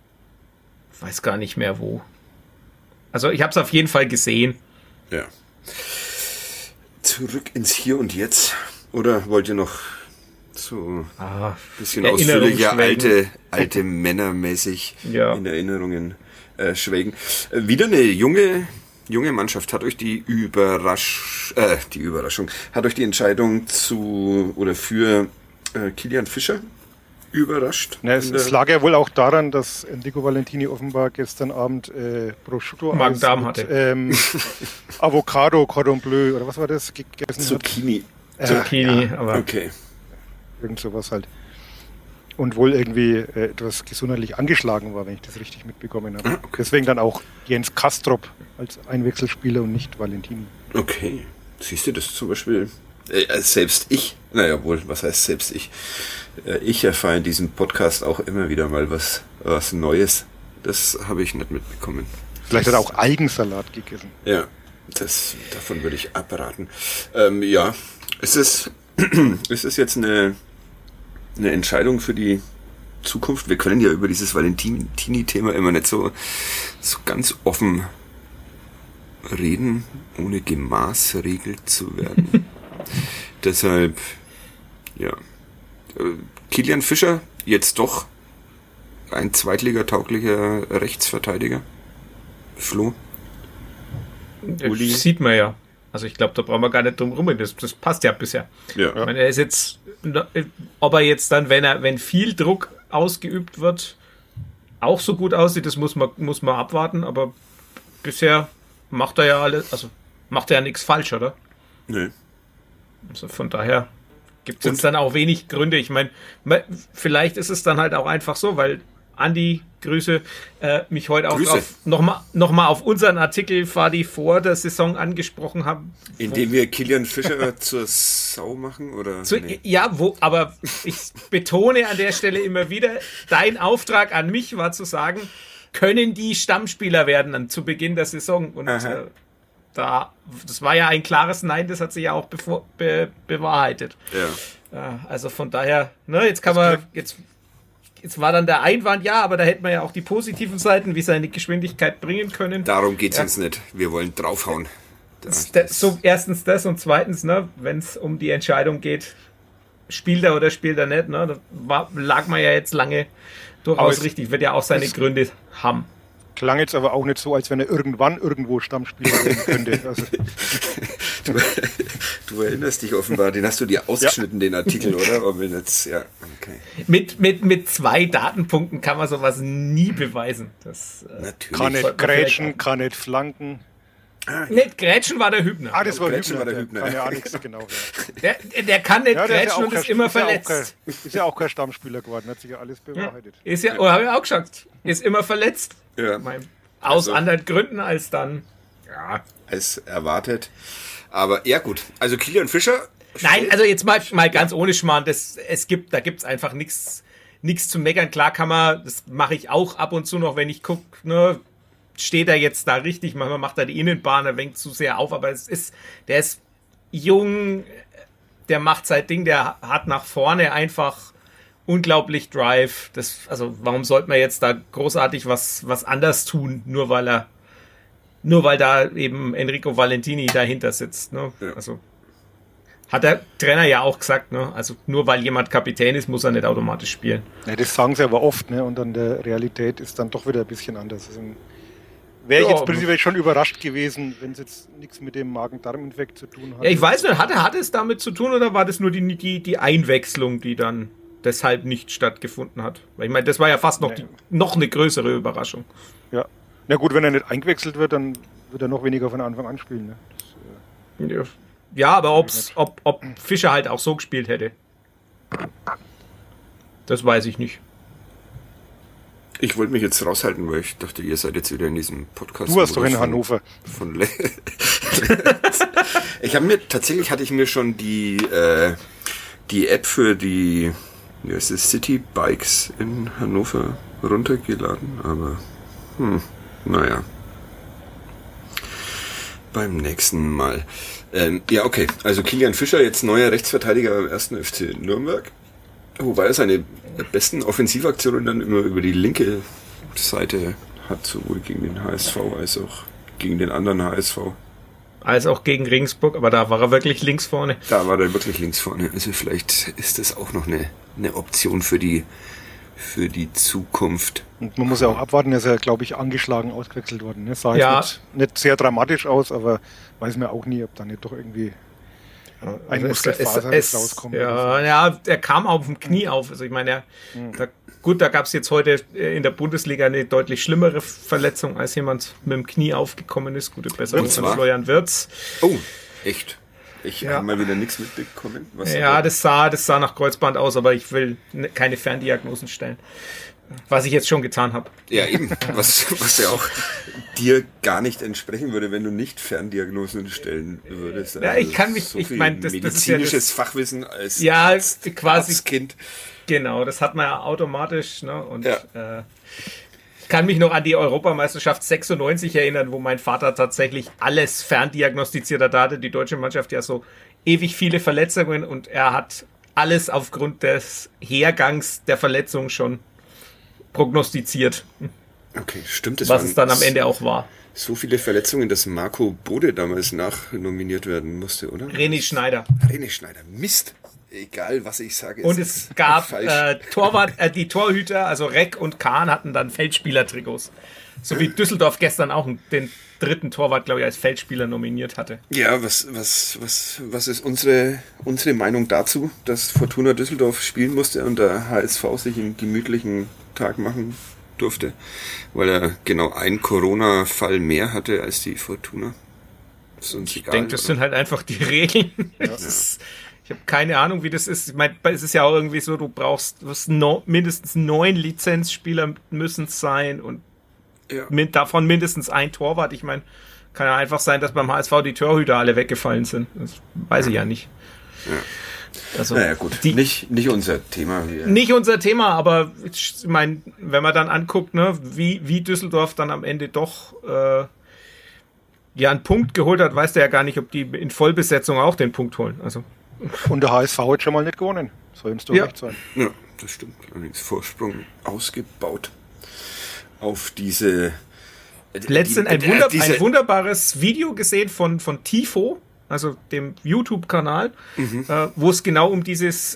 Wo. Also ich habe es auf jeden Fall gesehen.
Ja. Zurück ins Hier und Jetzt. Oder wollt ihr noch so ein bisschen ausführlicher alte Männermäßig in Erinnerungen schwelgen? Wieder eine junge Mannschaft. Hat euch die Überraschung, hat euch die Entscheidung für Kilian Fischer überrascht?
Na, es lag ja wohl auch daran, dass Enrico Valentini offenbar gestern Abend Prosciutto
Magen-Darm hatte.
Avocado, Cordon Bleu oder was war das? Gegessen
Zucchini.
Zucchini, aber
okay.
Irgend sowas halt. Und wohl irgendwie etwas gesundheitlich angeschlagen war, wenn ich das richtig mitbekommen habe.
Okay.
Deswegen dann auch Jens Kastrop als Einwechselspieler und nicht Valentini.
Okay. Siehst du das zum Beispiel? Selbst ich, was heißt selbst ich? Ich erfahre in diesem Podcast auch immer wieder mal was Neues. Das habe ich nicht mitbekommen.
Vielleicht hat er auch Algensalat gegessen.
Ja, davon würde ich abraten. Ist es jetzt eine Entscheidung für die Zukunft. Wir können ja über dieses Valentini-Thema immer nicht so ganz offen reden, ohne gemaßregelt zu werden. Deshalb, ja. Kilian Fischer, jetzt doch ein zweitligatauglicher Rechtsverteidiger. Flo?
Uli? Das sieht man ja. Also ich glaube, da brauchen wir gar nicht drum rum. Das passt ja bisher.
Ja.
Ich meine, er ist jetzt, ob er jetzt dann, wenn viel Druck ausgeübt wird, auch so gut aussieht, das muss man abwarten, aber bisher macht er ja alles, also macht er ja nichts falsch, oder?
Nee.
Also von daher gibt es jetzt dann auch wenig Gründe. Ich meine, vielleicht ist es dann halt auch einfach so, weil Andi, Grüße, mich heute auch nochmal auf unseren Artikel Fadi vor der Saison angesprochen haben.
Indem wir Kilian Fischer zur Sau machen, oder?
Nee. Ja, aber ich betone an der Stelle immer wieder, dein Auftrag an mich war zu sagen, können die Stammspieler werden dann zu Beginn der Saison? Und das war ja ein klares Nein, das hat sich ja auch bewahrheitet.
Ja.
Also von daher, ne, jetzt kann man, jetzt war dann der Einwand, ja, aber da hätte man ja auch die positiven Seiten, wie seine Geschwindigkeit bringen können.
Darum geht's uns nicht. Wir wollen draufhauen.
So, erstens das und zweitens, ne, wenn es um die Entscheidung geht, spielt er oder spielt er nicht, ne, da lag man ja jetzt lange durchaus richtig, wird ja auch seine Gründe haben.
Klang jetzt aber auch nicht so, als wenn er irgendwann irgendwo Stammspieler werden könnte. Also.
Du erinnerst dich offenbar, den hast du dir ausgeschnitten, den Artikel, oder? Ob wir jetzt, ja, okay.
Mit 2 Datenpunkten kann man sowas nie beweisen. Das,
natürlich.
Kann nicht grätschen, kann nicht flanken.
Nicht grätschen war der Hübner.
Das war Hübner.
Der
kann ja auch nichts, genau.
Der kann nicht grätschen und ist immer verletzt.
Ist ja auch kein Stammspieler geworden, hat sich ja alles bewahrheitet.
Ist ja, habe ich auch gesagt, ist immer verletzt.
Ja.
Aus anderen Gründen als dann, ja.
Als erwartet. Aber ja gut, also Kilian Fischer.
Nein, also jetzt mal ganz ohne Schmarrn, da gibt's einfach nichts zu meckern. Klar das mache ich auch ab und zu noch, wenn ich gucke, ne, steht er jetzt da richtig, manchmal macht er die Innenbahn, er wenkt zu sehr auf, aber der ist jung, der macht sein Ding, der hat nach vorne einfach unglaublich Drive. Also warum sollte man jetzt da großartig was anders tun, nur weil da eben Enrico Valentini dahinter sitzt. Ne?
Ja.
Also hat der Trainer ja auch gesagt, ne? Also nur weil jemand Kapitän ist, muss er nicht automatisch spielen.
Ja, das sagen sie aber oft, ne? Und dann der Realität ist dann doch wieder ein bisschen anders. Also, wäre ich jetzt prinzipiell schon überrascht gewesen, wenn es jetzt nichts mit dem Magen-Darm-Infekt zu tun hat.
Ja, ich weiß nicht, hatte es damit zu tun oder war das nur die Einwechslung, die dann deshalb nicht stattgefunden hat? Weil ich meine, das war ja fast noch eine größere Überraschung.
Ja. Na gut, wenn er nicht eingewechselt wird, dann wird er noch weniger von Anfang an spielen. Ne?
Ja, aber ob Fischer halt auch so gespielt hätte, das weiß ich nicht.
Ich
wollte mich jetzt raushalten, weil ich dachte, ihr seid jetzt wieder in diesem Podcast.
Du warst doch in Hannover.
Hatte ich mir schon die App für die City Bikes in Hannover runtergeladen, aber naja. Beim nächsten Mal. Ja, okay. Also Kilian Fischer, jetzt neuer Rechtsverteidiger beim 1. FC Nürnberg. Wobei er seine besten Offensivaktionen dann immer über die linke Seite hat, sowohl gegen den HSV als auch gegen den anderen HSV.
Als auch gegen Regensburg, aber da war er wirklich links vorne.
Da war er wirklich links vorne. Also vielleicht ist das auch noch eine Option für die Zukunft.
Und man muss ja auch abwarten, er ist ja, glaube ich, angeschlagen ausgewechselt worden. Ne? Sah jetzt nicht sehr dramatisch aus, aber weiß man auch nie, ob da nicht doch irgendwie ein Muskelfaser rauskommt.
Ja, er kam auf dem Knie auf. Also ich meine, da gab es jetzt heute in der Bundesliga eine deutlich schlimmere Verletzung, als jemand mit dem Knie aufgekommen ist. Gute Besserung von Florian Wirtz.
Oh, echt? Ich habe mal wieder nichts mitbekommen.
Das sah nach Kreuzband aus, aber ich will keine Ferndiagnosen stellen. Was ich jetzt schon getan habe.
Ja, eben. Was ja auch dir gar nicht entsprechen würde, wenn du nicht Ferndiagnosen stellen würdest.
Ja, ich kann mich, ich meine, das
medizinisches
ist ja
Fachwissen als
quasi
Kind.
Genau, das hat man ja automatisch. Ne? Und ich kann mich noch an die Europameisterschaft 96 erinnern, wo mein Vater tatsächlich alles ferndiagnostiziert hat. Da hatte die deutsche Mannschaft ja so ewig viele Verletzungen und er hat alles aufgrund des Hergangs der Verletzung schon prognostiziert.
Okay, stimmt.
Was es dann am Ende auch war.
So viele Verletzungen, dass Marco Bode damals nachnominiert werden musste, oder?
René Schneider.
Mist. Egal, was ich sage.
Und es gab die Torhüter, also Reck und Kahn hatten dann Feldspieler-Trikots. So wie Düsseldorf gestern auch den dritten Torwart, glaube ich, als Feldspieler nominiert hatte.
Ja, was ist unsere Meinung dazu, dass Fortuna Düsseldorf spielen musste und der HSV sich einen gemütlichen Tag machen durfte, weil er genau einen Corona-Fall mehr hatte als die Fortuna?
Ich denke, das sind halt einfach die Regeln. Ja. Ich habe keine Ahnung, wie das ist. Ich meine, es ist ja auch irgendwie so, mindestens 9 Lizenzspieler müssen es sein und davon mindestens ein Torwart. Ich meine, kann ja einfach sein, dass beim HSV die Torhüter alle weggefallen sind. Das weiß ich ja nicht.
Ja.
Also,
naja, gut. Nicht unser Thema.
Nicht unser Thema, aber ich meine, wenn man dann anguckt, ne, wie Düsseldorf dann am Ende doch einen Punkt geholt hat, weiß der ja gar nicht, ob die in Vollbesetzung auch den Punkt holen. Also.
Und der HSV hat schon mal nicht gewonnen. Soll ihm doch recht sein.
Ja, das stimmt. Allerdings Vorsprung ausgebaut auf diese...
Letztens ein wunderbares Video gesehen von Tifo, also dem YouTube-Kanal, wo es genau um dieses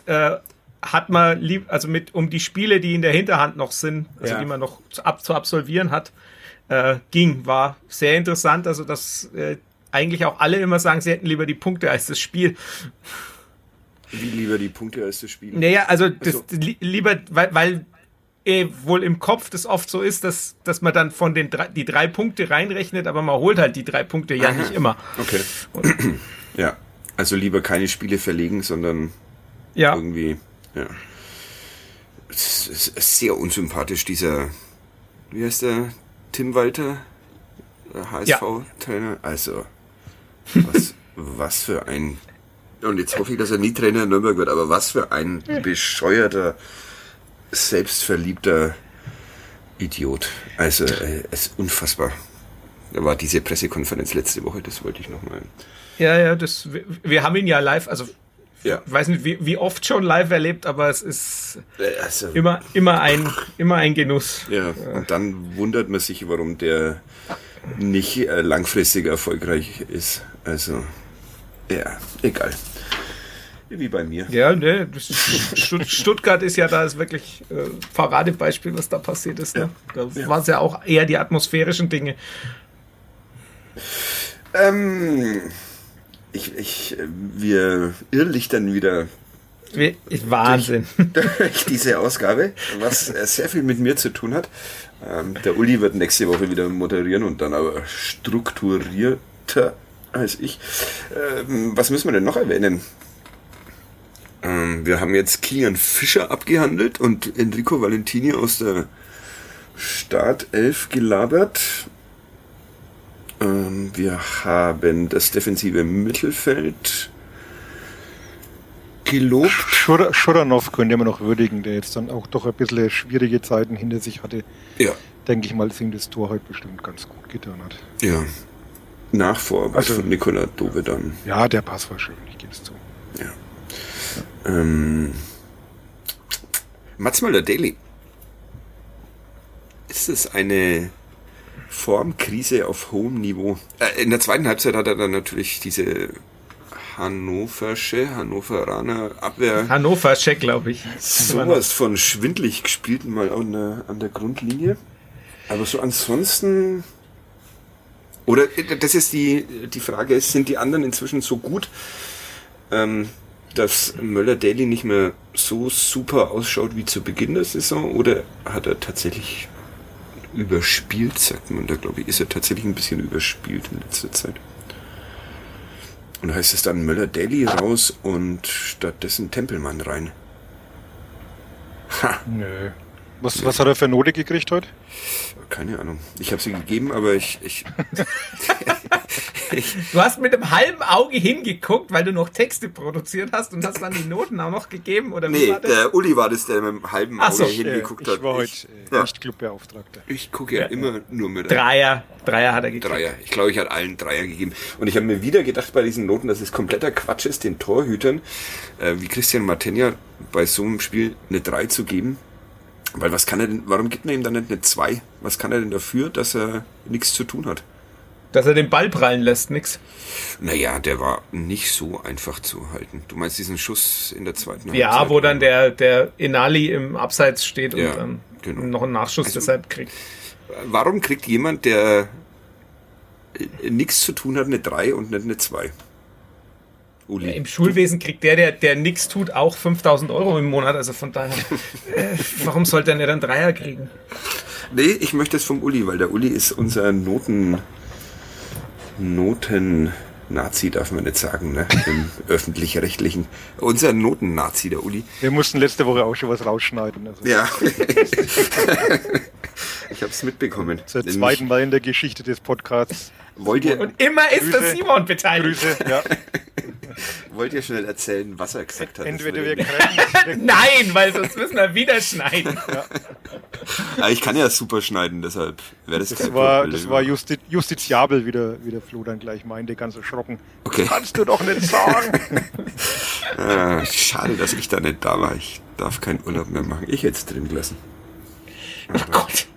um die Spiele, die in der Hinterhand noch sind, also die man noch zu absolvieren hat, ging. War sehr interessant, also dass eigentlich auch alle immer sagen, sie hätten lieber die Punkte als das Spiel.
Wie lieber die Punkte als das Spiel?
Naja, also lieber, weil wohl im Kopf das oft so ist, dass man dann von die 3 Punkte reinrechnet, aber man holt halt die 3 Punkte ja nicht immer.
Okay. Ja, also lieber keine Spiele verlegen, sondern irgendwie, Es ist sehr unsympathisch, dieser, wie heißt der, Tim Walter, HSV-Trainer, also was für ein, und jetzt hoffe ich, dass er nie Trainer in Nürnberg wird, aber was für ein bescheuerter, selbstverliebter Idiot. Also, es ist unfassbar. Da war diese Pressekonferenz letzte Woche, das wollte ich nochmal.
Ja, wir haben ihn ja live, also ich weiß nicht, wie oft schon live erlebt, aber es ist immer ein Genuss.
Ja, und dann wundert man sich, warum der nicht langfristig erfolgreich ist. Also, ja, egal. Wie bei mir.
Ja, ne, Stuttgart ist ja da wirklich Paradebeispiel, was da passiert ist. Ne? Da waren es ja auch eher die atmosphärischen Dinge.
Wir irrlichtern wieder
Wahnsinn.
durch diese Ausgabe, was sehr viel mit mir zu tun hat. Der Uli wird nächste Woche wieder moderieren und dann aber strukturierter als ich. Was müssen wir denn noch erwähnen? Wir haben jetzt Kilian Fischer abgehandelt und Enrico Valentini aus der Startelf gelabert. Wir haben das defensive Mittelfeld gelobt.
Schuranov könnte man noch würdigen, der jetzt dann auch doch ein bisschen schwierige Zeiten hinter sich hatte.
Ja.
Denke ich mal, dass ihm das Tor heute bestimmt ganz gut getan hat.
Ja. Nachvorarbeit von Nikola Dovedan.
Ja, der Pass war schön, ich gebe es zu.
Ja. Mats Möller-Deli. Ist es eine Formkrise auf hohem Niveau? In der zweiten Halbzeit hat er dann natürlich diese Hannoveraner Abwehr.
Hannoversche, glaube ich.
Sowas von schwindlig gespielt, mal an der Grundlinie. Aber so ansonsten. Oder das ist die Frage, sind die anderen inzwischen so gut, dass Möller-Deli nicht mehr so super ausschaut wie zu Beginn der Saison, oder hat er tatsächlich überspielt, sagt man da, glaube ich, ist er tatsächlich ein bisschen überspielt in letzter Zeit. Und heißt es dann Möller-Deli raus und stattdessen Tempelmann rein? Ha!
Nö. Was hat er für Note gekriegt heute?
Keine Ahnung. Ich habe sie gegeben, aber ich
Du hast mit einem halben Auge hingeguckt, weil du noch Texte produziert hast und hast dann die Noten auch noch gegeben? Oder wie war das?
Der Uli war das, der mit einem halben Auge hingeguckt hat.
Ich war heute nicht Clubbeauftragter.
Ich gucke ja immer nur mit
Dreier hat er gekriegt.
Dreier. Ich glaube, ich hatte allen Dreier gegeben. Und ich habe mir wieder gedacht bei diesen Noten, dass es kompletter Quatsch ist, den Torhütern wie Christian Martenja bei so einem Spiel eine 3 zu geben. Weil was kann er denn, warum gibt man ihm dann nicht eine 2? Was kann er denn dafür, dass er nichts zu tun hat?
Dass er den Ball prallen lässt, nix.
Naja, der war nicht so einfach zu halten. Du meinst diesen Schuss in der zweiten Halbzeit?
Ja, wo dann der Inali im Abseits steht und dann
genau.
noch einen Nachschuss deshalb kriegt.
Warum kriegt jemand, der nichts zu tun hat, eine 3 und nicht eine 2? Uli.
Ja, im Schulwesen kriegt der nichts tut, auch 5.000 Euro im Monat. Also von daher, warum sollte er nicht einen Dreier kriegen?
Nee, ich möchte es vom Uli, weil der Uli ist unser Noten-Nazi, darf man nicht sagen, ne? Im Öffentlich-Rechtlichen. Unser Noten-Nazi, der Uli.
Wir mussten letzte Woche auch schon was rausschneiden. Also.
Ja. Ich habe es mitbekommen.
Zum zweiten Mal in der Geschichte des Podcasts.
Wollt ihr,
Und immer ist der Simon beteiligt.
Grüße, ja.
wollt ihr schnell erzählen, was er gesagt hat?
Entweder
Das
wir
würde
können.
Nein, weil sonst müssen wir wieder schneiden.
Aber ich kann ja super schneiden, deshalb wäre das kein
Das
Problem.
war justiziabel, wie der Flo dann gleich meinte, ganz erschrocken.
Okay.
Kannst du doch nicht sagen.
Schade, dass ich da nicht da war. Ich darf keinen Urlaub mehr machen. Ich hätte es drin gelassen.
Oh Gott.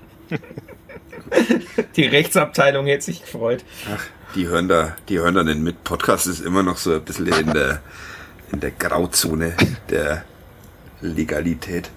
Die Rechtsabteilung hätte sich gefreut.
Ach, die hören da nicht mit. Podcast ist immer noch so ein bisschen in der Grauzone der Legalität.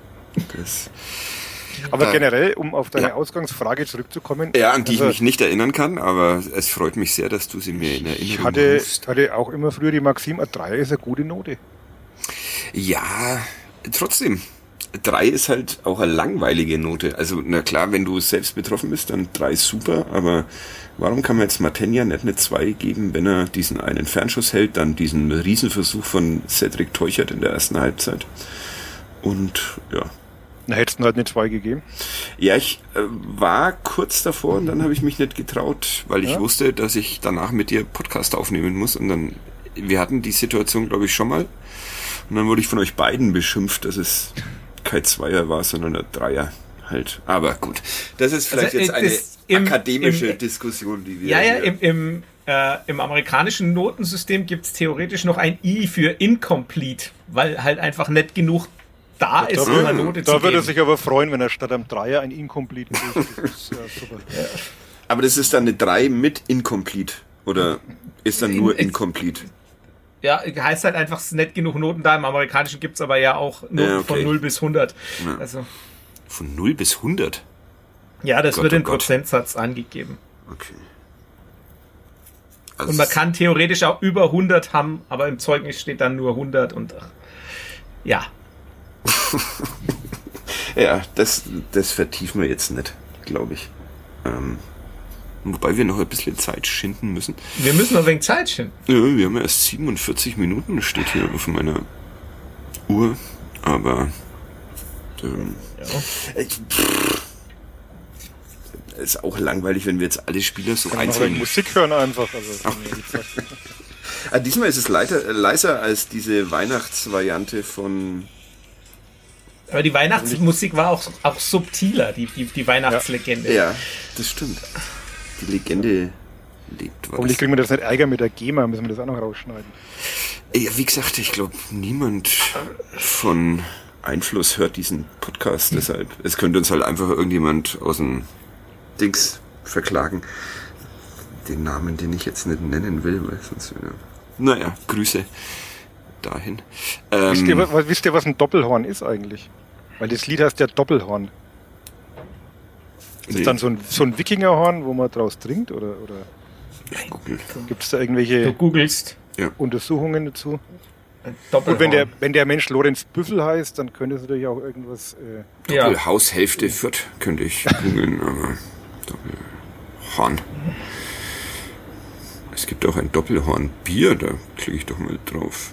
Aber generell, um auf deine Ausgangsfrage zurückzukommen.
Ja, an die ich mich nicht erinnern kann, aber es freut mich sehr, dass du sie mir in Erinnerung rufst.
Ich hatte auch immer früher die Maxim, a 3 ist eine gute Note.
Ja, trotzdem. 3 ist halt auch eine langweilige Note. Also, na klar, wenn du selbst betroffen bist, dann 3 ist super, aber warum kann man jetzt Martenja nicht eine 2 geben, wenn er diesen einen Fernschuss hält, dann diesen Riesenversuch von Cedric Teuchert in der ersten Halbzeit? Und, ja.
Na, hättest du halt eine 2 gegeben?
Ja, ich war kurz davor und dann habe ich mich nicht getraut, weil ich wusste, dass ich danach mit dir Podcast aufnehmen muss und dann, wir hatten die Situation, glaube ich, schon mal und dann wurde ich von euch beiden beschimpft, dass es kein Zweier war, sondern ein Dreier halt. Aber gut, das ist vielleicht jetzt eine akademische Diskussion, die wir...
Ja, im amerikanischen Notensystem gibt es theoretisch noch ein I für incomplete, weil halt einfach nicht genug da ist, um eine Note zu geben.
Da würde er sich aber freuen, wenn er statt am Dreier ein Incomplete kriegt. Das ist super.
Ja. Aber das ist dann eine 3 mit Incomplete, oder ist dann nur Incomplete?
Ja, heißt halt einfach, es sind nicht genug Noten da. Im Amerikanischen gibt es aber ja auch Noten von 0 bis 100.
Ja.
Also,
von 0 bis 100?
Ja, das wird in Prozentsatz angegeben.
Okay. Also
und man kann theoretisch auch über 100 haben, aber im Zeugnis steht dann nur 100 und ja.
Ja, das vertiefen wir jetzt nicht, glaube ich. Wobei wir noch ein bisschen Zeit schinden müssen.
Wir müssen noch ein wenig Zeit schinden.
Ja, wir haben erst 47 Minuten, steht hier auf meiner Uhr. Aber ist auch langweilig, wenn wir jetzt alle Spieler so einzeln...
Musik hören einfach. Also,
diesmal ist es leiser als diese Weihnachtsvariante von...
Aber die Weihnachtsmusik war auch subtiler, die Weihnachtslegende.
Ja, das stimmt. Die Legende lebt.
Hoffentlich kriegen wir das nicht Ärger mit der GEMA, müssen wir das auch noch rausschneiden.
Ja, wie gesagt, ich glaube, niemand von Einfluss hört diesen Podcast, deshalb. Es könnte uns halt einfach irgendjemand aus dem Dings verklagen. Den Namen, den ich jetzt nicht nennen will, weil sonst wieder... Naja, Grüße dahin.
Wisst ihr, was ein Doppelhorn ist eigentlich? Weil das Lied heißt ja Doppelhorn. Ist das dann so ein Wikingerhorn, wo man draus trinkt? Oder gibt es da irgendwelche Untersuchungen dazu? Und wenn der Mensch Lorenz Büffel heißt, dann könnte es natürlich auch irgendwas...
Doppelhaushälfte Fürth könnte ich googeln, aber Doppelhorn. Es gibt auch ein Doppelhornbier, da klicke ich doch mal drauf.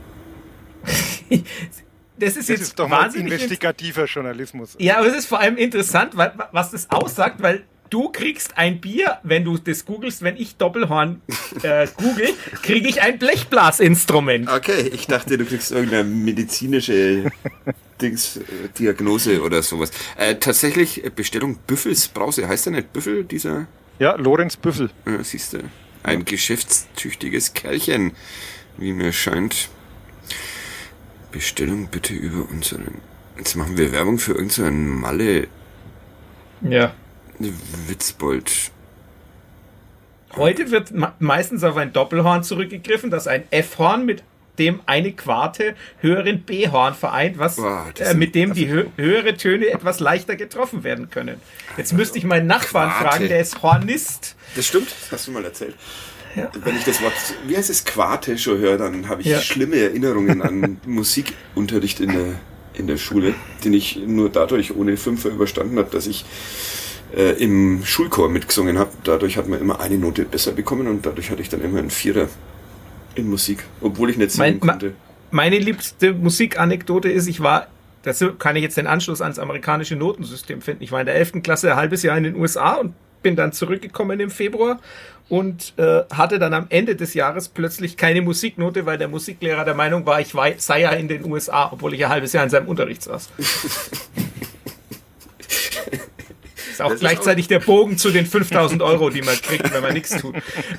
Das ist
doch mal investigativer Journalismus.
Ja, aber es ist vor allem interessant, was das aussagt, weil du kriegst ein Bier, wenn du das googelst. Wenn ich Doppelhorn google, kriege ich ein Blechblasinstrument.
Okay, ich dachte, du kriegst irgendeine medizinische Diagnose oder sowas. Tatsächlich, Bestellung Büffels Brause. Heißt der nicht Büffel, dieser?
Ja, Lorenz Büffel.
Siehst du, ein geschäftstüchtiges Kerlchen, wie mir scheint. Bestellung bitte über unseren Jetzt machen wir Werbung für irgendeinen Malle Witzbold.
Heute wird meistens auf ein Doppelhorn zurückgegriffen, das ein F-Horn mit dem eine Quarte höheren B-Horn vereint, mit dem die höhere Töne etwas leichter getroffen werden können. Jetzt müsste ich meinen Nachbarn fragen, der ist Hornist.
Das stimmt, das hast du mal erzählt. Ja. Wenn ich das Wort, wie heißt es, Quarte schon höre, dann habe ich schlimme Erinnerungen an Musikunterricht in der Schule, den ich nur dadurch ohne Fünfer überstanden habe, dass ich im Schulchor mitgesungen habe. Dadurch hat man immer eine Note besser bekommen und dadurch hatte ich dann immer einen Vierer in Musik, obwohl ich nicht singen konnte.
Meine liebste Musikanekdote ist, dazu kann ich jetzt den Anschluss ans amerikanische Notensystem finden. Ich war in der 11. Klasse ein halbes Jahr in den USA und bin dann zurückgekommen im Februar und hatte dann am Ende des Jahres plötzlich keine Musiknote, weil der Musiklehrer der Meinung war, ich sei ja in den USA, obwohl ich ein halbes Jahr in seinem Unterricht saß. Ist auch gleichzeitig der Bogen zu den 5.000 Euro, die man kriegt, wenn man nichts tut.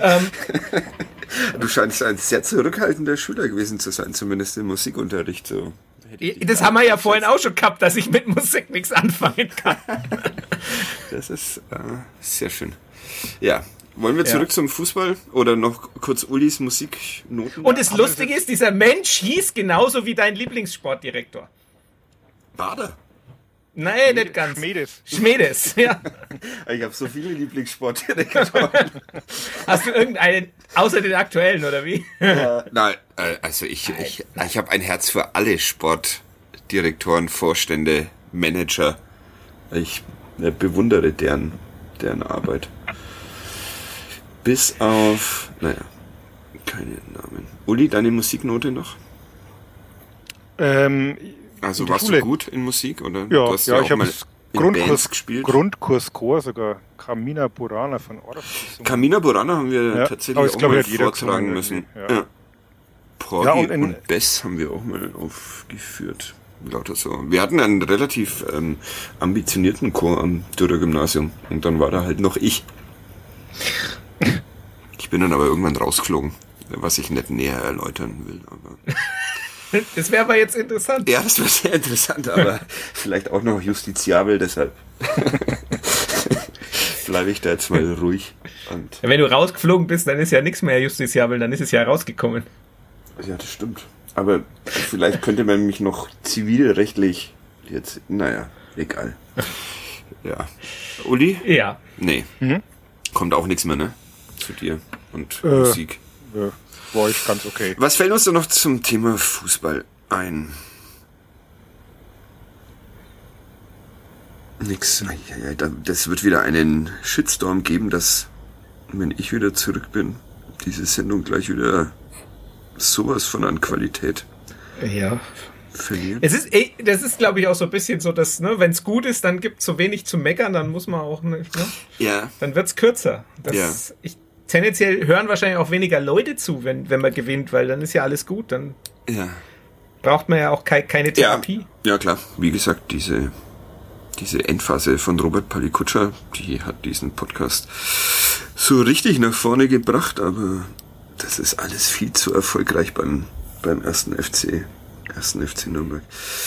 Du scheinst ein sehr zurückhaltender Schüler gewesen zu sein, zumindest im Musikunterricht. So.
Das haben wir ja vorhin auch schon gehabt, dass ich mit Musik nichts anfangen kann.
Das ist sehr schön. Ja, wollen wir zurück zum Fußball oder noch kurz Ulis Musiknoten?
Und das Lustige ist, dieser Mensch hieß genauso wie dein Lieblingssportdirektor.
Bader?
Nein, nicht ganz. Schmedes, ja.
Ich habe so viele Lieblingssportdirektoren.
Hast du irgendeinen, außer den aktuellen, oder wie?
Nein, also ich habe ein Herz für alle Sportdirektoren, Vorstände, Manager. Ich bewundere deren Arbeit. Bis auf, keine Namen. Uli, deine Musiknote noch? Also warst du gut in Musik? Oder?
Ja,
ich
habe Grundkurs Chor sogar. Carmina Burana von Orff.
Carmina Burana haben wir tatsächlich auch mal vortragen müssen. Ja. Porgy und Bess haben wir auch mal aufgeführt. Lauter so. Wir hatten einen relativ ambitionierten Chor am Dürrer Gymnasium und dann war da halt noch ich. Ich bin dann aber irgendwann rausgeflogen, was ich nicht näher erläutern will. Aber
das wäre aber jetzt interessant.
Ja, das wäre sehr interessant, aber vielleicht auch noch justiziabel, deshalb bleibe ich da jetzt mal ruhig. Und
wenn du rausgeflogen bist, dann ist ja nichts mehr justiziabel, dann ist es ja rausgekommen.
Ja, das stimmt. Aber vielleicht könnte man mich noch zivilrechtlich jetzt, egal. Ja. Uli?
Ja.
Nee. Kommt auch nichts mehr, ne? Zu dir und Musik.
Ja. War ich ganz okay.
Was fällt uns denn noch zum Thema Fußball ein? Nix. Das wird wieder einen Shitstorm geben, dass, wenn ich wieder zurück bin, diese Sendung gleich wieder sowas von an Qualität verliert.
Das ist, glaube ich, auch so ein bisschen so, dass, wenn es gut ist, dann gibt es so wenig zu meckern, dann muss man auch,
Ja.
Dann wird es kürzer. Tendenziell hören wahrscheinlich auch weniger Leute zu, wenn man gewinnt, weil dann ist ja alles gut. Dann braucht man ja auch keine Therapie.
Ja, klar. Wie gesagt, diese Endphase von Robert Palikutscher, die hat diesen Podcast so richtig nach vorne gebracht, aber das ist alles viel zu erfolgreich beim ersten FC Nürnberg.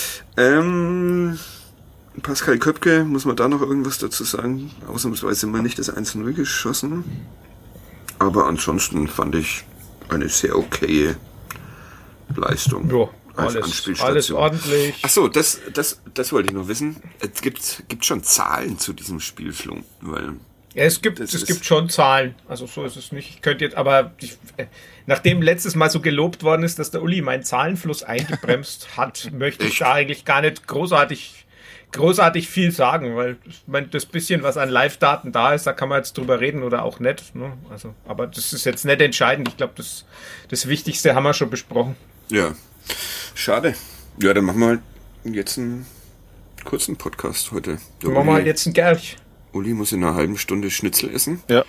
Pascal Köpke, muss man da noch irgendwas dazu sagen? Ausnahmsweise mal nicht das 1-0 geschossen. Aber ansonsten fand ich eine sehr okaye Leistung.
Ja, alles ordentlich.
Achso, das wollte ich noch wissen. Es gibt schon Zahlen zu diesem Spielflug, weil
es gibt schon Zahlen. Also so ist es nicht. Ich könnte jetzt, aber nachdem letztes Mal so gelobt worden ist, dass der Uli meinen Zahlenfluss eingebremst hat, möchte ich da eigentlich gar nicht großartig viel sagen, weil das bisschen, was an Live-Daten da ist, da kann man jetzt drüber reden oder auch nicht. Ne? Also, aber das ist jetzt nicht entscheidend. Ich glaube, das Wichtigste haben wir schon besprochen.
Ja, schade. Ja, dann machen wir halt jetzt einen kurzen Podcast heute.
Dann machen wir halt jetzt einen Gerch.
Uli muss in einer halben Stunde Schnitzel essen.
Ja.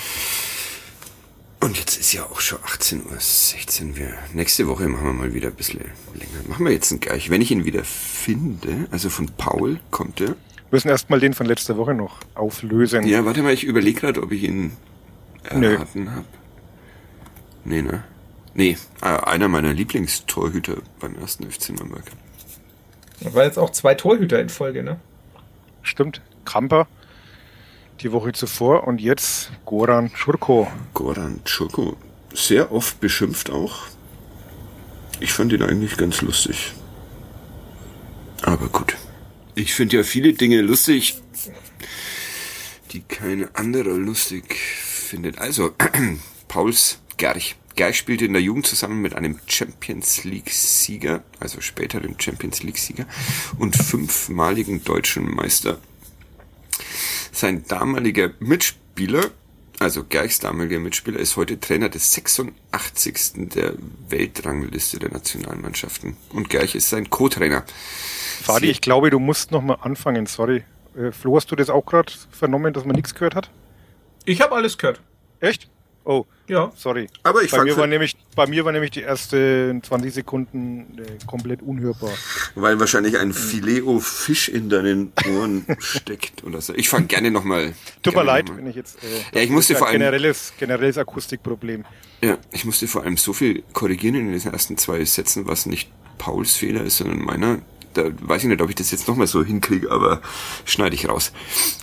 Und jetzt ist ja auch schon 18:16 Uhr. Nächste Woche machen wir mal wieder ein bisschen länger. Machen wir jetzt einen Gerch. Wenn ich ihn wieder finde, also von Paul kommt der.
Wir müssen erstmal den von letzter Woche noch auflösen.
Ja, warte mal, ich überlege gerade, ob ich ihn erraten habe. Nee, ne? Nee, einer meiner Lieblingstorhüter beim ersten FC Nürnberg.
Das war jetzt auch 2 Torhüter in Folge, ne?
Stimmt. Kamper die Woche zuvor und jetzt Goran Čurko.
Goran Čurko. Sehr oft beschimpft auch. Ich fand ihn eigentlich ganz lustig. Aber gut. Ich finde ja viele Dinge lustig, die kein anderer lustig findet. Also, Pauls Gerch. Gerch spielte in der Jugend zusammen mit einem Champions-League-Sieger, also späteren Champions-League-Sieger und 5-maligen deutschen Meister. Sein damaliger Mitspieler, also Gerchs damaliger Mitspieler, ist heute Trainer des 86. der Weltrangliste der Nationalmannschaften. Und Gerch ist sein Co-Trainer.
Fadi, ich glaube, du musst nochmal anfangen, sorry. Flo, hast du das auch gerade vernommen, dass man nichts gehört hat?
Ich habe alles gehört.
Echt? Oh,
ja.
Sorry.
Aber bei
mir war nämlich die ersten 20 Sekunden komplett unhörbar.
Weil wahrscheinlich ein Filet-O-Fisch in deinen Ohren steckt oder so. Ich fange gerne nochmal.
Tut mir leid, wenn ich jetzt...
ja, ich musste vor allem...
Generelles Akustikproblem.
Ja, ich musste vor allem so viel korrigieren in den ersten 2 Sätzen, was nicht Pauls Fehler ist, sondern meiner. Da weiß ich nicht, ob ich das jetzt nochmal so hinkriege, aber schneide ich raus.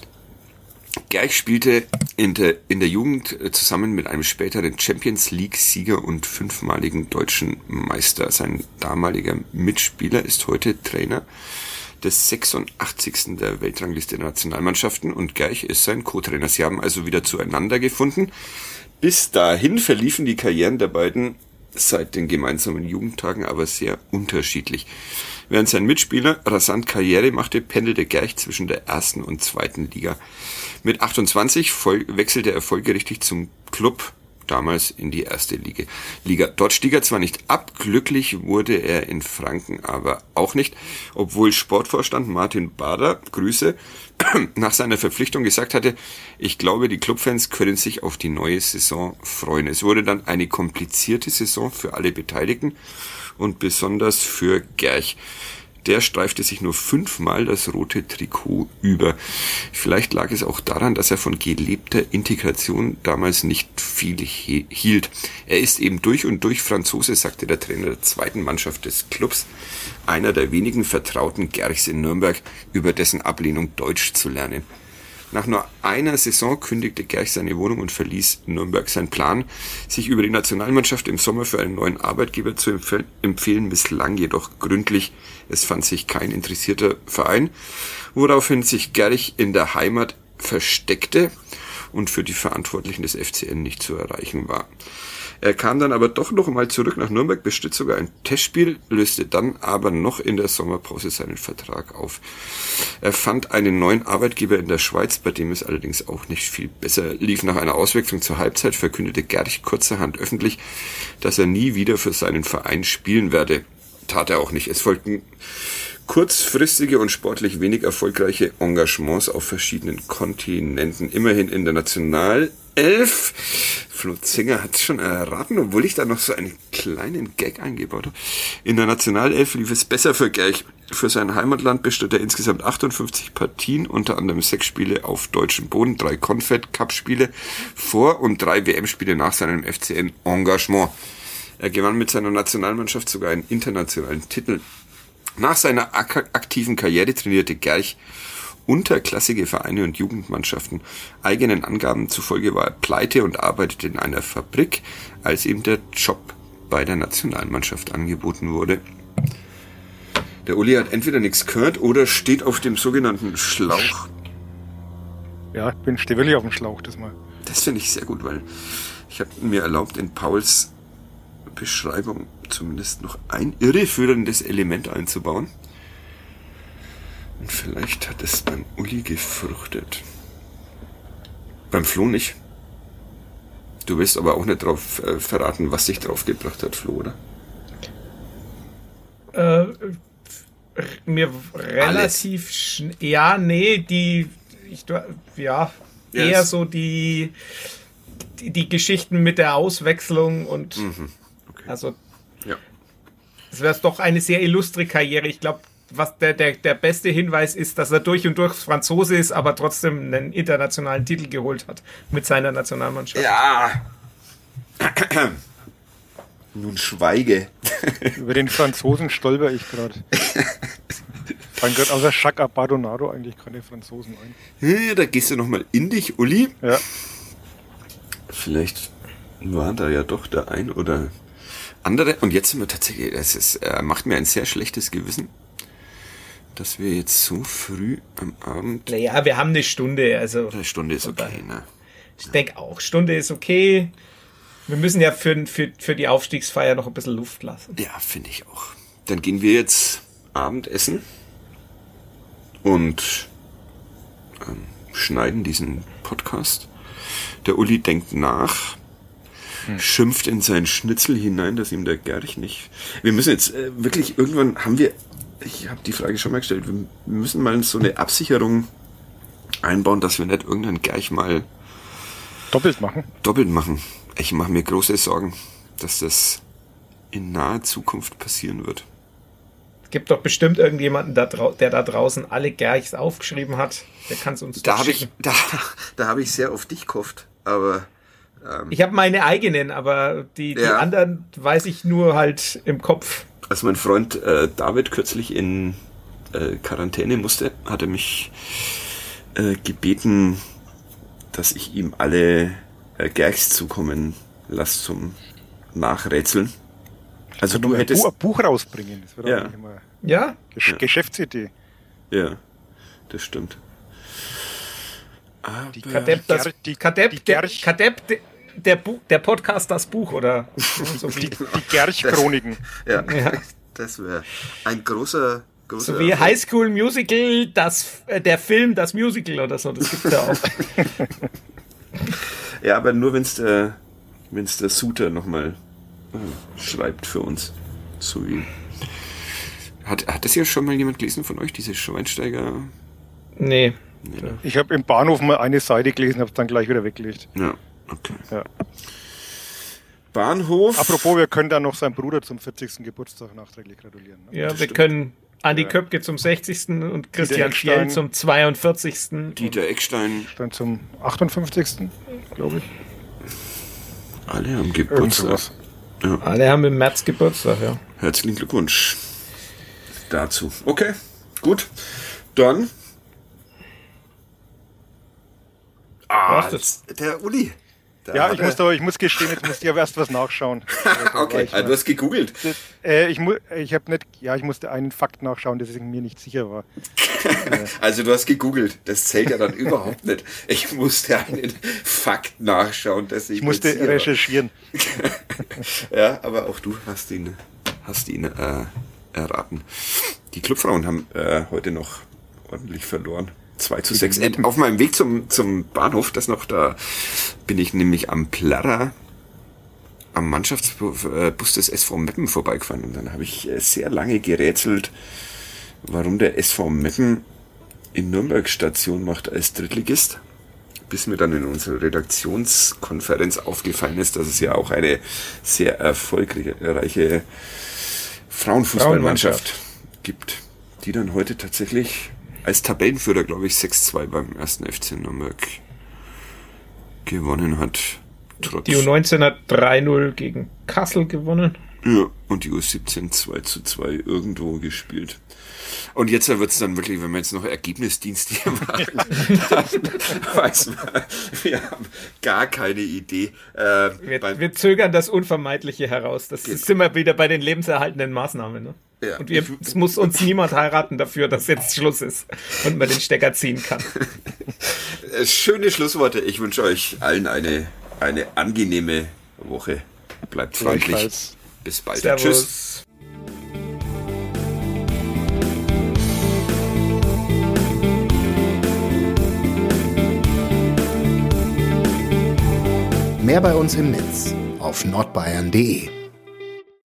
Gerch spielte in der Jugend zusammen mit einem späteren Champions-League-Sieger und 5-maligen deutschen Meister. Sein damaliger Mitspieler ist heute Trainer des 86. der Weltrangliste der Nationalmannschaften und Gerch ist sein Co-Trainer. Sie haben also wieder zueinander gefunden. Bis dahin verliefen die Karrieren der beiden seit den gemeinsamen Jugendtagen aber sehr unterschiedlich. Während sein Mitspieler rasant Karriere machte, pendelte Gerch zwischen der 1. und 2. Liga. Mit 28 wechselte er folgerichtig zum Club, damals in die 1. Liga. Dort stieg er zwar nicht ab, glücklich wurde er in Franken aber auch nicht, obwohl Sportvorstand Martin Bader, Grüße, nach seiner Verpflichtung gesagt hatte, ich glaube, die Clubfans können sich auf die neue Saison freuen. Es wurde dann eine komplizierte Saison für alle Beteiligten und besonders für Gerch. Der streifte sich nur 5-mal das rote Trikot über. Vielleicht lag es auch daran, dass er von gelebter Integration damals nicht viel hielt. Er ist eben durch und durch Franzose, sagte der Trainer der 2. Mannschaft des Clubs, einer der wenigen Vertrauten Gerchs in Nürnberg, über dessen Ablehnung Deutsch zu lernen. Nach nur einer Saison kündigte Gerch seine Wohnung und verließ Nürnberg. Sein Plan, sich über die Nationalmannschaft im Sommer für einen neuen Arbeitgeber zu empfehlen, misslang jedoch gründlich. Es fand sich kein interessierter Verein, woraufhin sich Gerch in der Heimat versteckte und für die Verantwortlichen des FCN nicht zu erreichen war. Er kam dann aber doch noch einmal zurück nach Nürnberg, bestritt sogar ein Testspiel, löste dann aber noch in der Sommerpause seinen Vertrag auf. Er fand einen neuen Arbeitgeber in der Schweiz, bei dem es allerdings auch nicht viel besser lief. Nach einer Auswechslung zur Halbzeit verkündete Gerch kurzerhand öffentlich, dass er nie wieder für seinen Verein spielen werde. Tat er auch nicht. Es folgten kurzfristige und sportlich wenig erfolgreiche Engagements auf verschiedenen Kontinenten. Immerhin in der Nationalelf. Flo Zinger hat es schon erraten, obwohl ich da noch so einen kleinen Gag eingebaut habe. In der Nationalelf lief es besser für Gerch. Für sein Heimatland bestritt er insgesamt 58 Partien, unter anderem 6 Spiele auf deutschem Boden, 3 Confed-Cup-Spiele vor und 3 WM-Spiele nach seinem FCN-Engagement. Er gewann mit seiner Nationalmannschaft sogar einen internationalen Titel. Nach seiner aktiven Karriere trainierte Gerch unterklassige Vereine und Jugendmannschaften. Eigenen Angaben zufolge war er pleite und arbeitete in einer Fabrik, als ihm der Job bei der Nationalmannschaft angeboten wurde. Der Uli hat entweder nichts gehört oder steht auf dem sogenannten Schlauch.
Ja, ich stehe wirklich auf dem Schlauch das Mal.
Das finde ich sehr gut, weil ich habe mir erlaubt, in Pauls Beschreibung zumindest noch ein irreführendes Element einzubauen. Und vielleicht hat es beim Uli gefruchtet. Beim Flo nicht. Du willst aber auch nicht drauf verraten, was dich drauf gebracht hat, Flo, oder?
Mir relativ schnell. Ja, nee, eher so die Geschichten mit der Auswechslung und
Okay.
also
Ja.
es wäre doch eine sehr illustre Karriere. Ich glaube, was der beste Hinweis ist, dass er durch und durch Franzose ist, aber trotzdem einen internationalen Titel geholt hat mit seiner Nationalmannschaft.
Ja. Nun schweige.
Über den Franzosen stolper ich gerade. Fallen gerade außer Jacques Abadonado eigentlich keine Franzosen ein.
Da gehst du nochmal in dich, Uli.
Ja.
Vielleicht war da ja doch der ein oder andere. Und jetzt sind wir tatsächlich, macht mir ein sehr schlechtes Gewissen, dass wir jetzt so früh am Abend...
Naja, wir haben eine Stunde. Also
Eine Stunde ist okay, ne?
Ich denke auch, Stunde ist okay. Wir müssen ja für die Aufstiegsfeier noch ein bisschen Luft lassen.
Ja, finde ich auch. Dann gehen wir jetzt Abendessen und schneiden diesen Podcast. Der Uli denkt nach, schimpft in sein Schnitzel hinein, dass ihm der Gerch nicht... Wir müssen jetzt wirklich, irgendwann ich habe die Frage schon mal gestellt, wir müssen mal so eine Absicherung einbauen, dass wir nicht irgendeinen Gerch mal
Doppelt machen.
Ich mache mir große Sorgen, dass das in naher Zukunft passieren wird.
Es gibt doch bestimmt irgendjemanden, der da draußen alle Gerchs aufgeschrieben hat. Der kann es uns
Da
doch
habe
schicken.
hab ich sehr auf dich gehofft, aber...
Ich habe meine eigenen, aber die anderen weiß ich nur halt im Kopf.
Als mein Freund David kürzlich in Quarantäne musste, hat er mich gebeten, dass ich ihm alle Gerchs zukommen lasse zum Nachrätseln. Also du hättest...
Ein Buch rausbringen, das wäre
Ja.
eigentlich immer
Ja?
Geschäftsidee.
Ja, das stimmt.
Die
der Podcast, das Buch, oder so wie,
Die Gerch-Chroniken.
Ja,
ja.
das wäre ein großer
So wie High School Musical, der Film, das Musical oder so, das gibt's ja auch.
Ja, aber nur wenn's der Suter nochmal schreibt für uns. So wie... Hat das ja schon mal jemand gelesen von euch, diese Schweinsteiger?
Nee.
Ich habe im Bahnhof mal eine Seite gelesen, habe es dann gleich wieder weggelegt.
Ja, okay.
Ja.
Bahnhof.
Apropos, wir können dann noch seinem Bruder zum 40. Geburtstag nachträglich gratulieren. Ne?
Ja,
Das
wir
stimmt.
können Andi Köpke zum 60. und Christian
Eckstein.
Fjell zum 42.
Dieter Eckstein.
Dann zum 58. glaube ich.
Alle haben
Irgend
Geburtstag.
sowas.
Alle haben im März Geburtstag, ja.
Herzlichen Glückwunsch dazu. Okay, gut. Dann.
Was das?
Der Uli. Da
Ja,
hat
ich muss gestehen, jetzt musste ich aber erst was nachschauen.
Okay, du hast gegoogelt.
Ich musste einen Fakt nachschauen, der mir nicht sicher war.
Also du hast gegoogelt. Das zählt ja dann überhaupt nicht. Ich musste einen Fakt nachschauen, dass ich
Ich musste
sicher war.
recherchieren.
Ja, aber auch du hast ihn erraten. Die Clubfrauen haben heute noch ordentlich verloren. 2:6. Auf meinem Weg zum Bahnhof, da bin ich nämlich am Plärrer am Mannschaftsbus des SV Meppen vorbeigefahren. Und dann habe ich sehr lange gerätselt, warum der SV Meppen in Nürnberg Station macht als Drittligist. Bis mir dann in unserer Redaktionskonferenz aufgefallen ist, dass es ja auch eine sehr erfolgreiche Frauenfußballmannschaft gibt, die dann heute tatsächlich als Tabellenführer, glaube ich, 6:2 beim 1. FC Nürnberg gewonnen hat.
Die U19 hat 3-0 gegen Kassel gewonnen.
Ja, und die U17 2:2 irgendwo gespielt. Und jetzt wird es dann wirklich, wenn wir jetzt noch Ergebnisdienst hier machen, dann weiß man, wir haben gar keine Idee.
Wir zögern das Unvermeidliche heraus. Das sind wir wieder bei den lebenserhaltenden Maßnahmen. Ne?
Ja.
Und es muss uns niemand heiraten dafür, dass jetzt Schluss ist und man den Stecker ziehen kann.
Schöne Schlussworte. Ich wünsche euch allen eine angenehme Woche. Bleibt freundlich.
Gleichfalls.
Bis bald.
Servus.
Tschüss.
Mehr bei uns im Netz auf nordbayern.de.